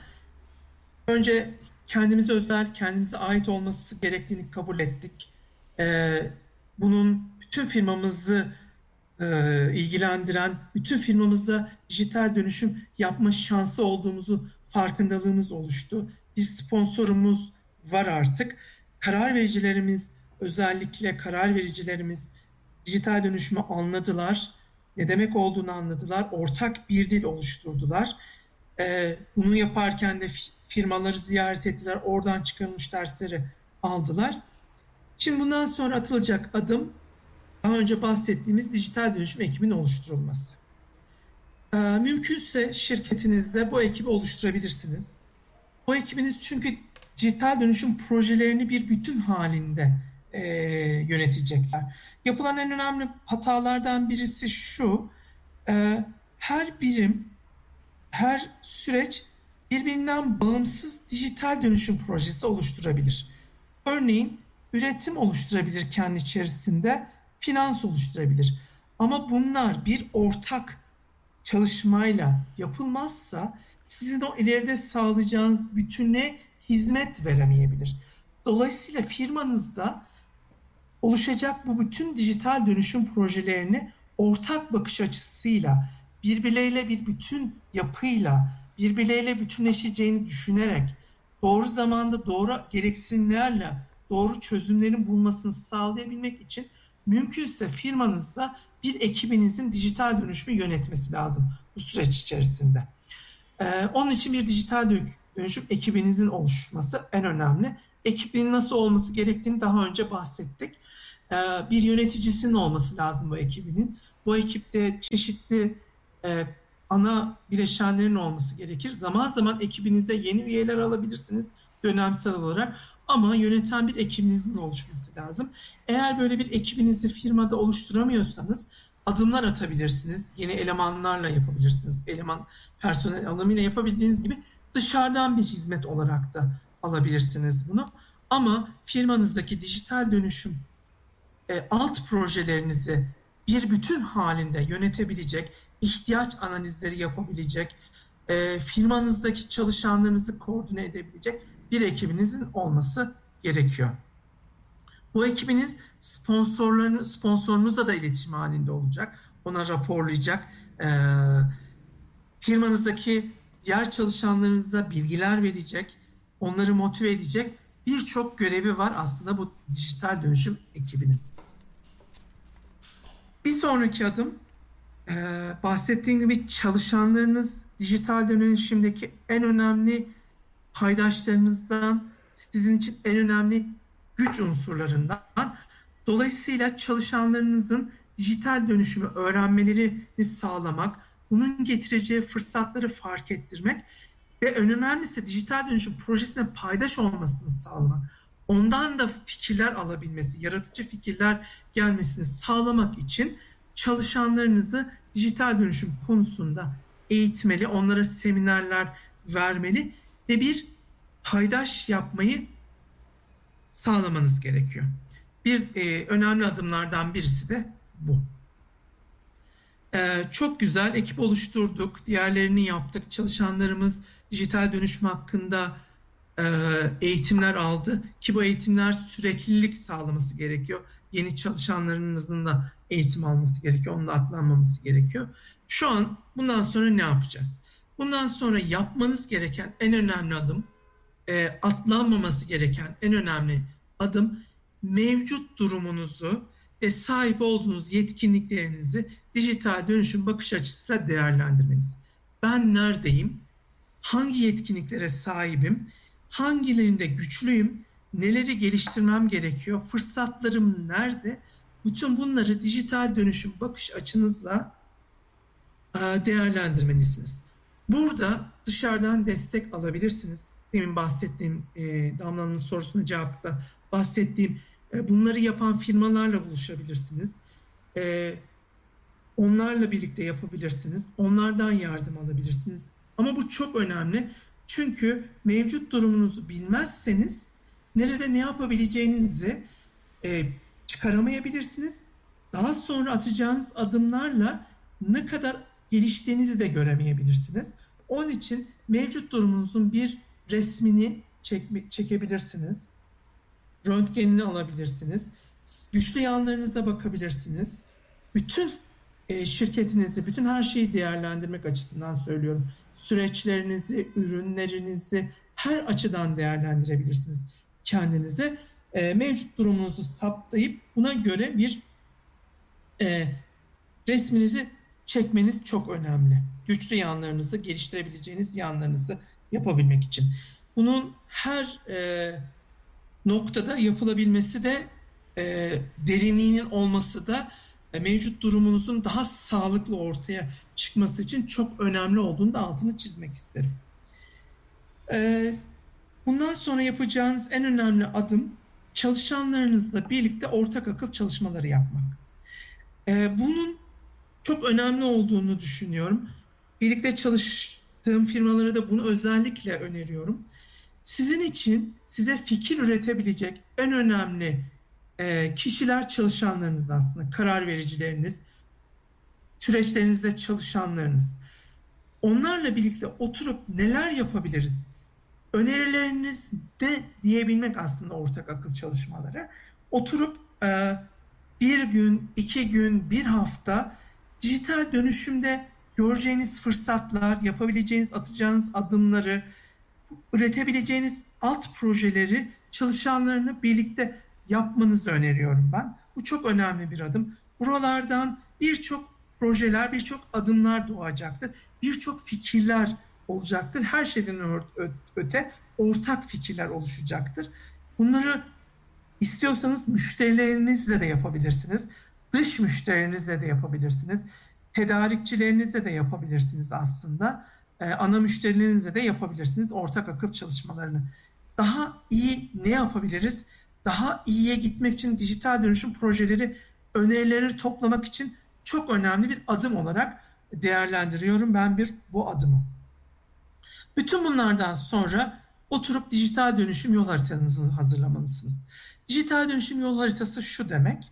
Önce kendimize özel, kendimize ait olması gerektiğini kabul ettik. E, bunun bütün firmamızı e, ilgilendiren, bütün firmamızda dijital dönüşüm yapma şansı olduğumuzu farkındalığımız oluştu. Bir sponsorumuz var artık. Karar vericilerimiz, özellikle karar vericilerimiz dijital dönüşümü anladılar. Ne demek olduğunu anladılar. Ortak bir dil oluşturdular. E, bunu yaparken de firmaları ziyaret ettiler. Oradan çıkarılmış dersleri aldılar. Şimdi bundan sonra atılacak adım daha önce bahsettiğimiz dijital dönüşüm ekibinin oluşturulması. Ee, mümkünse şirketinizde bu ekibi oluşturabilirsiniz. Bu ekibiniz çünkü dijital dönüşüm projelerini bir bütün halinde e, yönetecekler. Yapılan en önemli hatalardan birisi şu, e, her birim, her süreç birbirinden bağımsız dijital dönüşüm projesi oluşturabilir. Örneğin üretim oluşturabilir kendi içerisinde, finans oluşturabilir. Ama bunlar bir ortak çalışmayla yapılmazsa sizin o ileride sağlayacağınız bütüne hizmet veremeyebilir. Dolayısıyla firmanızda oluşacak bu bütün dijital dönüşüm projelerini ortak bakış açısıyla, birbirleriyle bir bütün yapıyla, birbirleriyle bütünleşeceğini düşünerek, doğru zamanda doğru gereksinimlerle doğru çözümlerin bulmasını sağlayabilmek için mümkünse firmanızda bir ekibinizin dijital dönüşümü yönetmesi lazım bu süreç içerisinde. Ee, onun için bir dijital dönüşüm ekibinizin oluşması en önemli. Ekibin nasıl olması gerektiğini daha önce bahsettik. Ee, bir yöneticisinin olması lazım bu ekibinin. Bu ekipte çeşitli e, ana bileşenlerin olması gerekir. Zaman zaman ekibinize yeni üyeler alabilirsiniz dönemsel olarak ama yöneten bir ekibinizin oluşması lazım. Eğer böyle bir ekibinizi firmada oluşturamıyorsanız adımlar atabilirsiniz. Yeni elemanlarla yapabilirsiniz. Eleman personel alımıyla yapabileceğiniz gibi dışarıdan bir hizmet olarak da alabilirsiniz bunu. Ama firmanızdaki dijital dönüşüm e, alt projelerinizi bir bütün halinde yönetebilecek, ihtiyaç analizleri yapabilecek, e, firmanızdaki çalışanlarınızı koordine edebilecek bir ekibinizin olması gerekiyor. Bu ekibiniz sponsorlarını, sponsorunuzla da iletişim halinde olacak. Ona raporlayacak. E, firmanızdaki diğer çalışanlarınıza bilgiler verecek. Onları motive edecek birçok görevi var aslında bu dijital dönüşüm ekibinin. Bir sonraki adım e, bahsettiğim gibi çalışanlarınız dijital dönüşümdeki en önemli paydaşlarınızdan, sizin için en önemli güç unsurlarından. Dolayısıyla çalışanlarınızın dijital dönüşümü öğrenmelerini sağlamak, bunun getireceği fırsatları fark ettirmek ve en önemlisi dijital dönüşüm projesine paydaş olmasını sağlamak. Ondan da fikirler alabilmesi, yaratıcı fikirler gelmesini sağlamak için çalışanlarınızı dijital dönüşüm konusunda eğitmeli, onlara seminerler vermeli ve bir paydaş yapmayı sağlamanız gerekiyor. Bir e, önemli adımlardan birisi de bu. E, çok güzel ekip oluşturduk, diğerlerini yaptık. Çalışanlarımız dijital dönüşüm hakkında e, eğitimler aldı ki bu eğitimler süreklilik sağlaması gerekiyor. Yeni çalışanlarınızın da eğitim alması gerekiyor, onun da atlanmaması gerekiyor. Şu an bundan sonra ne yapacağız? Bundan sonra yapmanız gereken en önemli adım, e, atlanmaması gereken en önemli adım mevcut durumunuzu ve sahip olduğunuz yetkinliklerinizi dijital dönüşüm bakış açısıyla değerlendirmeniz. Ben neredeyim? Hangi yetkinliklere sahibim? Hangilerinde güçlüyüm? Neleri geliştirmem gerekiyor? Fırsatlarım nerede? Bütün bunları dijital dönüşüm bakış açınızla e, değerlendirmelisiniz. Burada dışarıdan destek alabilirsiniz. Demin bahsettiğim e, Damla'nın sorusuna cevapta bahsettiğim e, bunları yapan firmalarla buluşabilirsiniz. E, onlarla birlikte yapabilirsiniz. Onlardan yardım alabilirsiniz. Ama bu çok önemli. Çünkü mevcut durumunuzu bilmezseniz nerede ne yapabileceğinizi e, çıkaramayabilirsiniz. Daha sonra atacağınız adımlarla ne kadar geliştiğinizi de göremeyebilirsiniz. Onun için mevcut durumunuzun bir resmini çekme, çekebilirsiniz. Röntgenini alabilirsiniz. Güçlü yanlarınıza bakabilirsiniz. Bütün e, şirketinizi, bütün her şeyi değerlendirmek açısından söylüyorum. Süreçlerinizi, ürünlerinizi her açıdan değerlendirebilirsiniz kendinize. E, mevcut durumunuzu saptayıp buna göre bir e, resminizi çekmeniz çok önemli. Güçlü yanlarınızı, geliştirebileceğiniz yanlarınızı yapabilmek için. Bunun her e, noktada yapılabilmesi de e, derinliğinin olması da e, mevcut durumunuzun daha sağlıklı ortaya çıkması için çok önemli olduğunu da altını çizmek isterim. E, bundan sonra yapacağınız en önemli adım çalışanlarınızla birlikte ortak akıl çalışmaları yapmak. E, bunun çok önemli olduğunu düşünüyorum. Birlikte çalıştığım firmalara da bunu özellikle öneriyorum. Sizin için size fikir üretebilecek en önemli e, kişiler çalışanlarınız aslında. Karar vericileriniz, süreçlerinizde çalışanlarınız. Onlarla birlikte oturup neler yapabiliriz? Önerileriniz de diyebilmek aslında ortak akıl çalışmaları. Oturup e, bir gün, iki gün, bir hafta dijital dönüşümde göreceğiniz fırsatlar, yapabileceğiniz, atacağınız adımları, üretebileceğiniz alt projeleri çalışanlarını birlikte yapmanızı öneriyorum ben. Bu çok önemli bir adım. Buralardan birçok projeler, birçok adımlar doğacaktır. Birçok fikirler olacaktır. Her şeyden öte ortak fikirler oluşacaktır. Bunları istiyorsanız müşterilerinizle de yapabilirsiniz. Dış müşterinizle de yapabilirsiniz. Tedarikçilerinizle de yapabilirsiniz aslında. Ee, ana müşterilerinizle de yapabilirsiniz ortak akıl çalışmalarını. Daha iyi ne yapabiliriz? Daha iyiye gitmek için dijital dönüşüm projeleri, önerileri toplamak için çok önemli bir adım olarak değerlendiriyorum ben bir bu adımı. Bütün bunlardan sonra oturup dijital dönüşüm yol haritanızı hazırlamalısınız. Dijital dönüşüm yol haritası şu demek: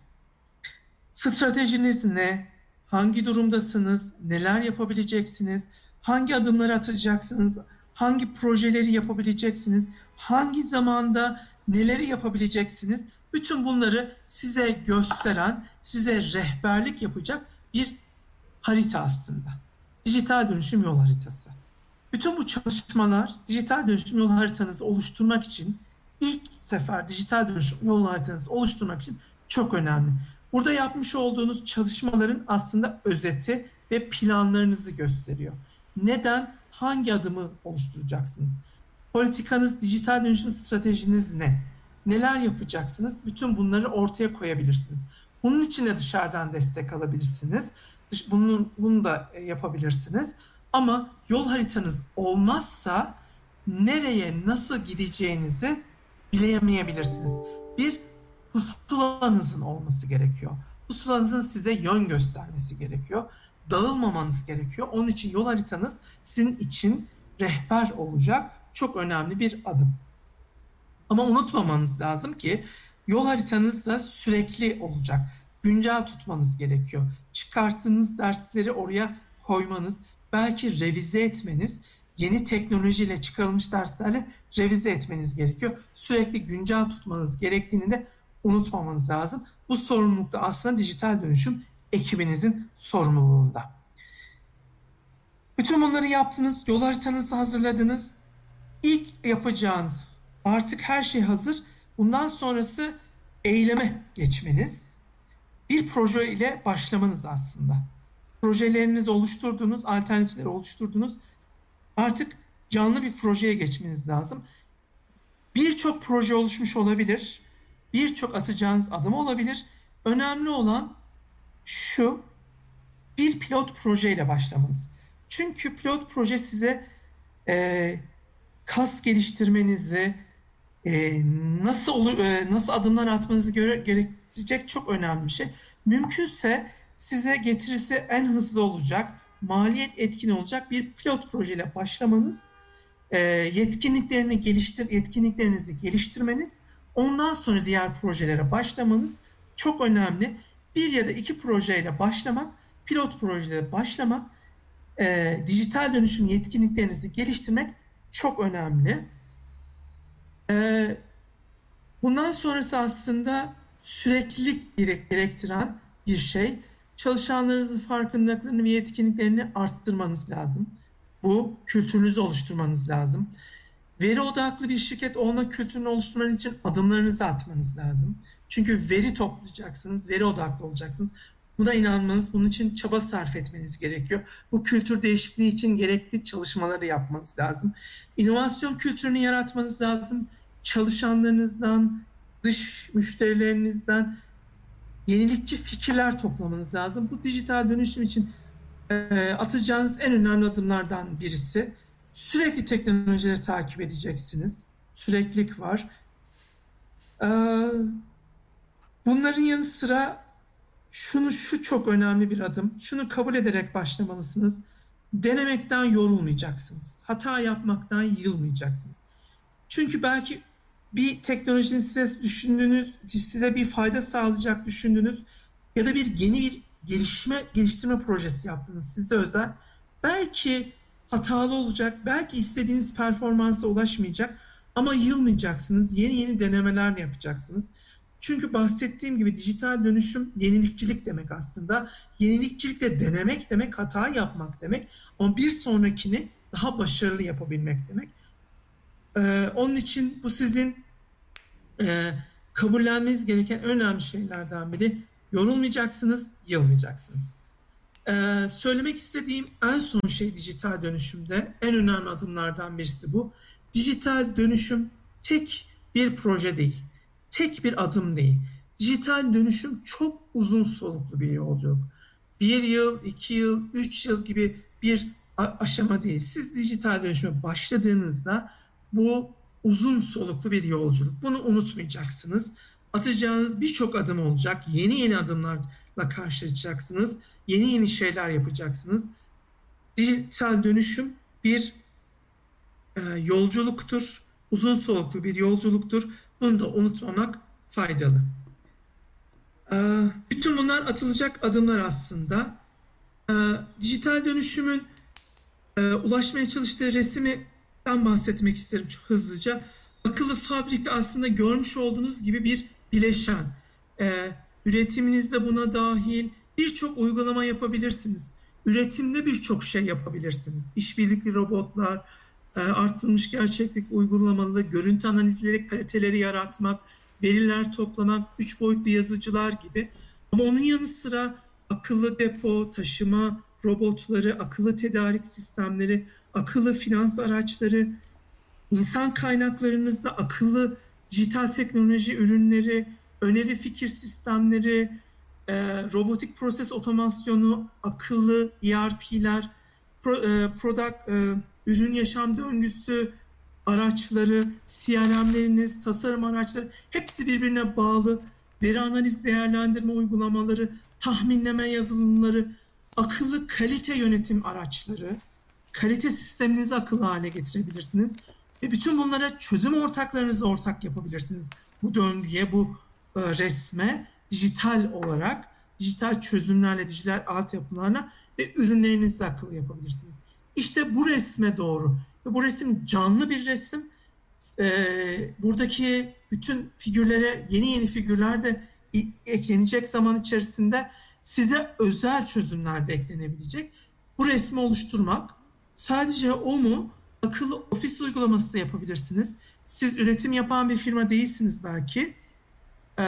stratejiniz ne? Hangi durumdasınız? Neler yapabileceksiniz? Hangi adımları atacaksınız? Hangi projeleri yapabileceksiniz? Hangi zamanda neleri yapabileceksiniz? Bütün bunları size gösteren, size rehberlik yapacak bir harita aslında. Dijital dönüşüm yol haritası. Bütün bu çalışmalar dijital dönüşüm yol haritanızı oluşturmak için, ilk sefer dijital dönüşüm yol haritanızı oluşturmak için çok önemli. Burada yapmış olduğunuz çalışmaların aslında özeti ve planlarınızı gösteriyor. Neden, hangi adımı oluşturacaksınız? Politikanız, dijital dönüşüm stratejiniz ne? Neler yapacaksınız? Bütün bunları ortaya koyabilirsiniz. Bunun için de dışarıdan destek alabilirsiniz. Bunu, bunu da yapabilirsiniz. Ama yol haritanız olmazsa nereye, nasıl gideceğinizi bilemeyebilirsiniz. Bir pusulanızın olması gerekiyor. Pusulanızın size yön göstermesi gerekiyor. Dağılmamanız gerekiyor. Onun için yol haritanız sizin için rehber olacak. Çok önemli bir adım. Ama unutmamanız lazım ki yol haritanız da sürekli olacak. Güncel tutmanız gerekiyor. Çıkarttığınız dersleri oraya koymanız, belki revize etmeniz, yeni teknolojiyle çıkarılmış derslerle revize etmeniz gerekiyor. Sürekli güncel tutmanız gerektiğini de unutmamanız lazım. Bu sorumluluk da aslında dijital dönüşüm ekibinizin sorumluluğunda. Bütün bunları yaptınız, yol haritanızı hazırladınız. İlk yapacağınız, artık her şey hazır. Bundan sonrası eyleme geçmeniz. Bir proje ile başlamanız aslında. Projelerinizi oluşturdunuz, alternatifleri oluşturdunuz. Artık canlı bir projeye geçmeniz lazım. Birçok proje oluşmuş olabilir. Birçok atacağınız adım olabilir. Önemli olan şu: bir pilot projeyle başlamanız. Çünkü pilot proje size e, kas geliştirmenizi, e, nasıl olur, e, nasıl adımlar atmanızı göre, gerektirecek çok önemli bir şey. Mümkünse size getirisi en hızlı olacak, maliyet etkin olacak bir pilot projeyle başlamanız e, yetkinliklerini geliştir, yetkinliklerinizi geliştirmeniz, ondan sonra diğer projelere başlamanız çok önemli. Bir ya da iki projeyle başlamak, pilot projelere başlamak, e, dijital dönüşüm yetkinliklerinizi geliştirmek çok önemli. E, bundan sonrası aslında süreklilik gerektiren bir şey. Çalışanlarınızın farkındalıklarını ve yetkinliklerini arttırmanız lazım. Bu kültürünüzü oluşturmanız lazım. Veri odaklı bir şirket olma kültürünü oluşturmanız için adımlarınızı atmanız lazım. Çünkü veri toplayacaksınız, veri odaklı olacaksınız. Buna inanmanız, bunun için çaba sarf etmeniz gerekiyor. Bu kültür değişikliği için gerekli çalışmaları yapmanız lazım. İnovasyon kültürünü yaratmanız lazım. Çalışanlarınızdan, dış müşterilerinizden yenilikçi fikirler toplamanız lazım. Bu dijital dönüşüm için e, atacağınız en önemli adımlardan birisi. Sürekli teknolojileri takip edeceksiniz. Süreklilik var. E, bunların yanı sıra şunu şu çok önemli bir adım. Şunu kabul ederek başlamalısınız. Denemekten yorulmayacaksınız. Hata yapmaktan yılmayacaksınız. Çünkü belki bir teknolojinin size düşündüğünüz, size bir fayda sağlayacak düşündüğünüz ya da bir yeni bir gelişme, geliştirme projesi yaptınız size özel. Belki hatalı olacak, belki istediğiniz performansa ulaşmayacak ama yılmayacaksınız. Yeni yeni denemeler yapacaksınız. Çünkü bahsettiğim gibi dijital dönüşüm yenilikçilik demek aslında. Yenilikçilik de denemek demek, hata yapmak demek ama bir sonrakini daha başarılı yapabilmek demek. Ee, onun için bu sizin e, kabullenmeniz gereken önemli şeylerden biri. Yorulmayacaksınız, yılmayacaksınız. Ee, söylemek istediğim en son şey dijital dönüşümde, en önemli adımlardan birisi bu. Dijital dönüşüm tek bir proje değil, tek bir adım değil. Dijital dönüşüm çok uzun soluklu bir yolculuk. Bir yıl, iki yıl, üç yıl gibi bir aşama değil. Siz dijital dönüşüme başladığınızda bu uzun soluklu bir yolculuk. Bunu unutmayacaksınız. Atacağınız birçok adım olacak. Yeni yeni adımlarla karşılaşacaksınız. Yeni yeni şeyler yapacaksınız. Dijital dönüşüm bir e, yolculuktur. Uzun soluklu bir yolculuktur. Bunu da unutmamak faydalı. E, bütün bunlar atılacak adımlar aslında. E, dijital dönüşümün e, ulaşmaya çalıştığı resimden bahsetmek isterim çok hızlıca. Akıllı fabrika aslında görmüş olduğunuz gibi bir bileşen. E, üretiminizde buna dahil birçok uygulama yapabilirsiniz. Üretimde birçok şey yapabilirsiniz. İşbirlikli robotlar, e, artırılmış gerçeklik uygulamalı, görüntü analizleri, kaliteleri yaratmak, veriler toplamak, üç boyutlu yazıcılar gibi. Ama onun yanı sıra akıllı depo, taşıma robotları, akıllı tedarik sistemleri, akıllı finans araçları, insan kaynaklarınızda akıllı dijital teknoloji ürünleri, öneri fikir sistemleri, e, robotik proses otomasyonu, akıllı E R P'ler, pro, e, product, e, ürün yaşam döngüsü araçları, C R M'leriniz, tasarım araçları hepsi birbirine bağlı. Veri analiz değerlendirme uygulamaları, tahminleme yazılımları, akıllı kalite yönetim araçları, kalite sisteminizi akıllı hale getirebilirsiniz. Ve bütün bunlara çözüm ortaklarınızla ortak yapabilirsiniz. Bu döngüye, bu e, resme dijital olarak, dijital çözümlerle, dijital altyapılarla ve ürünlerinizi akıllı yapabilirsiniz. İşte bu resme doğru. Ve bu resim canlı bir resim. E, buradaki bütün figürlere yeni yeni figürler de eklenecek zaman içerisinde size özel çözümler de eklenebilecek. Bu resmi oluşturmak sadece o mu? Akıllı ofis uygulaması da yapabilirsiniz. Siz üretim yapan bir firma değilsiniz belki. Ee,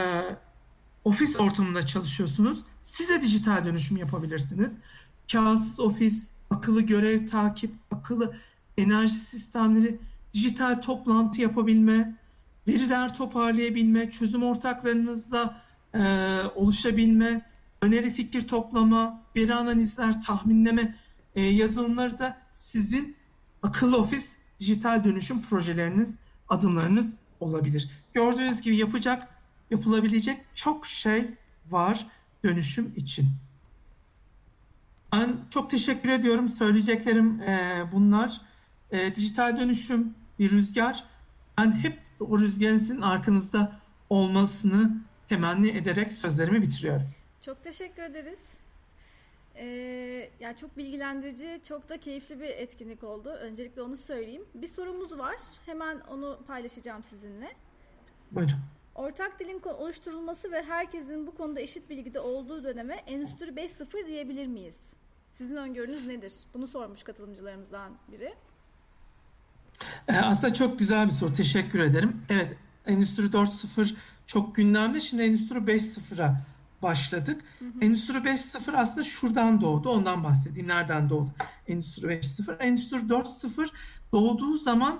ofis ortamında çalışıyorsunuz. Siz de dijital dönüşüm yapabilirsiniz. Kağıtsız ofis, akıllı görev takip, akıllı enerji sistemleri, dijital toplantı yapabilme, veriler toparlayabilme, çözüm ortaklarınızla e, oluşabilme, öneri fikir toplama, veri analizler, tahminleme e, yazılımları da sizin akıllı ofis dijital dönüşüm projeleriniz, adımlarınız olabilir. Gördüğünüz gibi yapacak, yapılabilecek çok şey var dönüşüm için. Ben çok teşekkür ediyorum. Söyleyeceklerim e, bunlar. E, dijital dönüşüm bir rüzgar. Ben hep o rüzgarın sizin arkanızda olmasını temenni ederek sözlerimi bitiriyorum. Çok teşekkür ederiz. Ee, yani çok bilgilendirici, çok da keyifli bir etkinlik oldu. Öncelikle onu söyleyeyim. Bir sorumuz var. Hemen onu paylaşacağım sizinle. Buyurun. Ortak dilin oluşturulması ve herkesin bu konuda eşit bilgide olduğu döneme Endüstri beş nokta sıfır diyebilir miyiz? Sizin öngörünüz nedir? Bunu sormuş katılımcılarımızdan biri. Ee, aslında çok güzel bir soru. Teşekkür ederim. Evet, Endüstri dört nokta sıfır çok gündemde. Şimdi Endüstri beş nokta sıfıra başladık. Hı hı. Endüstri beş nokta sıfır aslında şuradan doğdu. Ondan bahsedeyim. Nereden doğdu Endüstri beş nokta sıfır? Endüstri dört nokta sıfır doğduğu zaman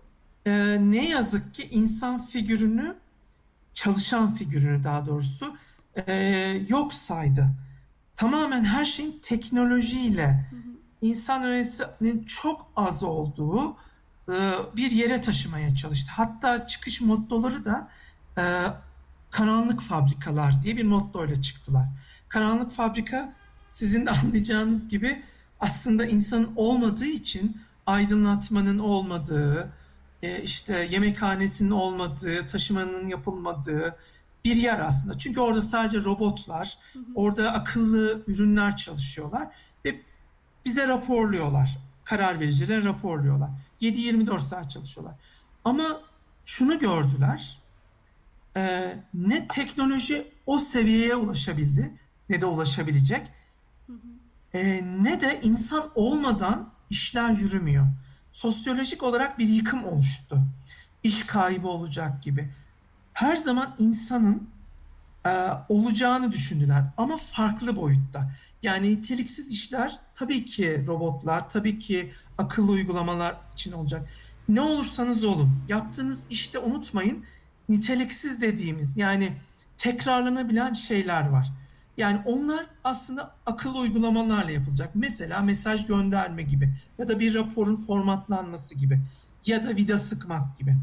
e, ne yazık ki insan figürünü, çalışan figürünü daha doğrusu e, yok saydı. Tamamen her şeyin teknolojiyle, Hı hı. insan öğesinin çok az olduğu e, bir yere taşımaya çalıştı. Hatta çıkış mottoları da e, karanlık fabrikalar diye bir mottoyla çıktılar. Karanlık fabrika, sizin de anlayacağınız gibi, aslında insanın olmadığı için, aydınlatmanın olmadığı, e, işte yemekhanesinin olmadığı, taşımanın yapılmadığı bir yer aslında. Çünkü orada sadece robotlar, Hı hı. orada akıllı ürünler çalışıyorlar ve bize raporluyorlar. Karar vericilere raporluyorlar. yedi yirmi dört saat çalışıyorlar. Ama şunu gördüler. e, ne teknoloji o seviyeye ulaşabildi, ne de ulaşabilecek, Hı hı. e, ne de insan olmadan işler yürümüyor. Sosyolojik olarak bir yıkım oluştu. İş kaybı olacak gibi. Her zaman insanın e, olacağını düşündüler ama farklı boyutta. Yani niteliksiz işler tabii ki robotlar, tabii ki akıllı uygulamalar için olacak. Ne olursanız olun, yaptığınız işte unutmayın, niteliksiz dediğimiz, yani tekrarlanabilen şeyler var. Yani onlar aslında akıllı uygulamalarla yapılacak. Mesela mesaj gönderme gibi, ya da bir raporun formatlanması gibi, ya da vida sıkmak gibi.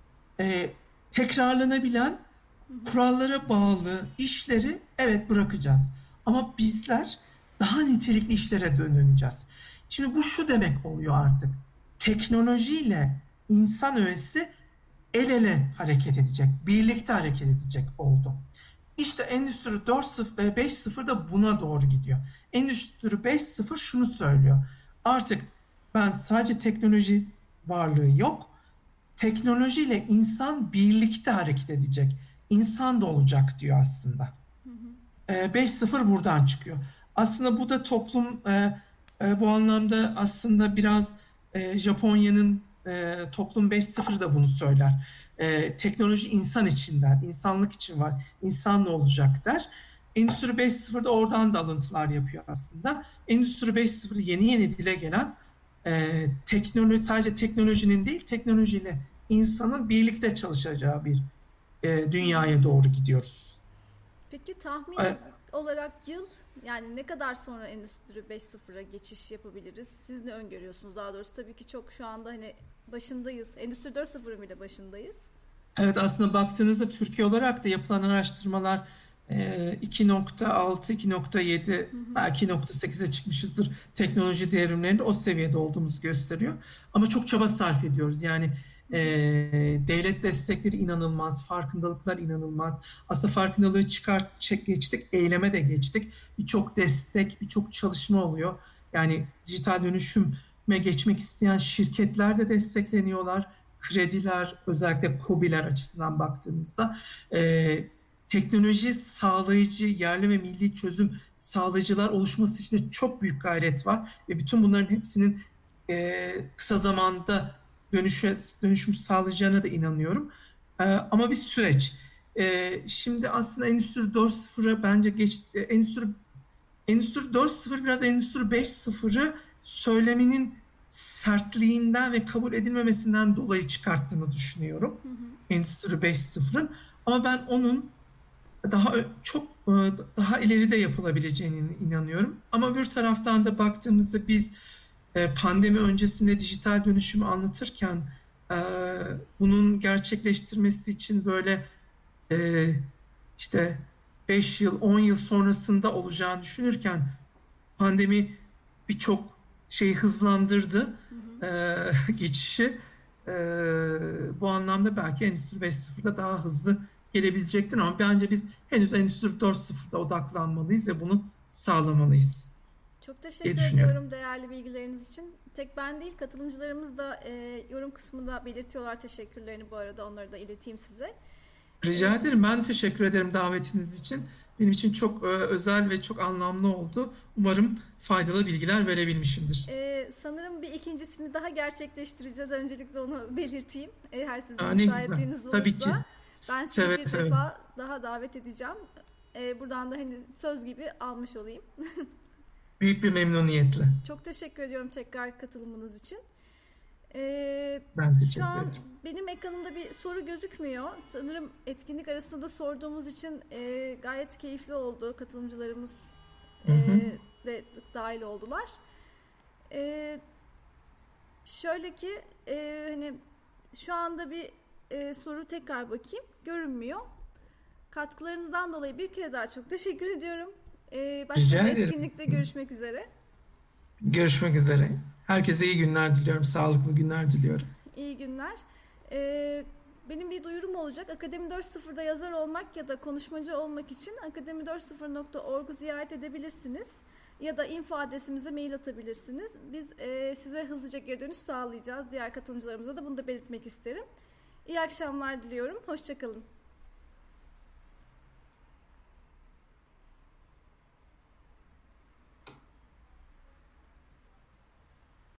Ee, tekrarlanabilen, Hı hı. kurallara bağlı işleri evet bırakacağız. Ama bizler daha nitelikli işlere döneceğiz. Şimdi bu şu demek oluyor artık. Teknolojiyle insan öğesi el ele hareket edecek, birlikte hareket edecek oldu. İşte Endüstri dört nokta sıfır, beş nokta sıfır da buna doğru gidiyor. Endüstri beş nokta sıfır şunu söylüyor. Artık ben sadece teknoloji varlığı yok, teknolojiyle insan birlikte hareket edecek. İnsan da olacak diyor aslında. Hı hı. E, beş sıfır buradan çıkıyor. Aslında bu da toplum e, e, bu anlamda aslında biraz e, Japonya'nın e, toplum beş sıfır da bunu söyler. E, teknoloji insan için der, insanlık için var, insan ne olacak der. Endüstri beş sıfır da oradan da alıntılar yapıyor aslında. Endüstri beş sıfır yeni yeni dile gelen, e, teknoloji, sadece teknolojinin değil, teknolojiyle insanın birlikte çalışacağı bir e, Hı hı. dünyaya doğru gidiyoruz. Peki E, tahmini olarak yıl, yani ne kadar sonra Endüstri beş nokta sıfıra geçiş yapabiliriz? Siz ne öngörüyorsunuz daha doğrusu? Tabii ki çok şu anda hani başındayız. Endüstri dört nokta sıfırın bile başındayız. Evet, aslında baktığınızda Türkiye olarak da yapılan araştırmalar e, iki nokta altı, iki nokta yedi, Hı hı. belki iki nokta sekize çıkmışızdır. Teknoloji devrimlerinde o seviyede olduğumuzu gösteriyor. Ama çok çaba sarf ediyoruz. Yani Hı e, hı. devlet destekleri inanılmaz, farkındalıklar inanılmaz. Aslında farkındalığı çıkart, çek, geçtik, eyleme de geçtik. Birçok destek, birçok çalışma oluyor. Yani dijital dönüşüme geçmek isteyen şirketler de destekleniyorlar, krediler, özellikle KOBİ'ler açısından baktığımızda e, teknoloji sağlayıcı, yerli ve milli çözüm sağlayıcılar oluşması için de çok büyük gayret var ve bütün bunların hepsinin e, kısa zamanda dönüşe, dönüşüm sağlayacağına da inanıyorum. E, ama bir süreç. E, şimdi aslında Endüstri dört nokta sıfıra bence geç, e, Endüstri Endüstri dört nokta sıfır biraz Endüstri beş nokta sıfırı söyleminin sertliğinden ve kabul edilmemesinden dolayı çıkarttığını düşünüyorum. Hı hı. Endüstri beş nokta sıfırın. Ama ben onun daha çok e, daha ileride yapılabileceğine inanıyorum. Ama bir taraftan da baktığımızda biz e, pandemi öncesinde dijital dönüşümü anlatırken, e, bunun gerçekleştirmesi için böyle e, işte beş yıl, on yıl sonrasında olacağını düşünürken pandemi birçok şeyi hızlandırdı. Hı hı. e, geçişi e, bu anlamda belki Endüstri beş nokta sıfırda daha hızlı gelebilecektir ama bence biz henüz Endüstri dört nokta sıfırda odaklanmalıyız ve bunu sağlamalıyız Çok diye teşekkür düşünüyorum. ediyorum değerli bilgileriniz için. Tek ben değil, katılımcılarımız da e, yorum kısmında belirtiyorlar teşekkürlerini, bu arada onları da ileteyim size. Rica E, ederim. Ben teşekkür ederim davetiniz için. Benim için çok e, özel ve çok anlamlı oldu. Umarım faydalı bilgiler verebilmişimdir. e, sanırım bir ikincisini daha gerçekleştireceğiz. Öncelikle onu belirteyim. Eğer sizin Aa, ne güzel. müsaitliğiniz Tabii ki. olursa. Ben sizi Seve bir seve. defa daha davet edeceğim. E, buradan da hani söz gibi almış olayım. Büyük bir memnuniyetle. Çok teşekkür ediyorum tekrar katılımınız için. Ee, Ben Şu teşekkür an ederim. benim ekranımda bir soru gözükmüyor. Sanırım etkinlik arasında da sorduğumuz için e, gayet keyifli oldu. Katılımcılarımız Hı e, hı. de dahil oldular. E, Şöyle ki e, hani şu anda bir e, soru tekrar bakayım. Görünmüyor. Katkılarınızdan dolayı bir kere daha çok teşekkür ediyorum. E, başka Rica bir ederim. etkinlikte görüşmek üzere. Görüşmek üzere. Herkese iyi günler diliyorum. Sağlıklı günler diliyorum. İyi günler. Ee, Benim bir duyurum olacak. Akademi dört nokta sıfırda yazar olmak ya da konuşmacı olmak için akademi dört nokta sıfır nokta org'u ziyaret edebilirsiniz. Ya da info adresimize mail atabilirsiniz. Biz e, size hızlıca geri dönüş sağlayacağız. Diğer katılımcılarımıza da bunu da belirtmek isterim. İyi akşamlar diliyorum. Hoşça kalın.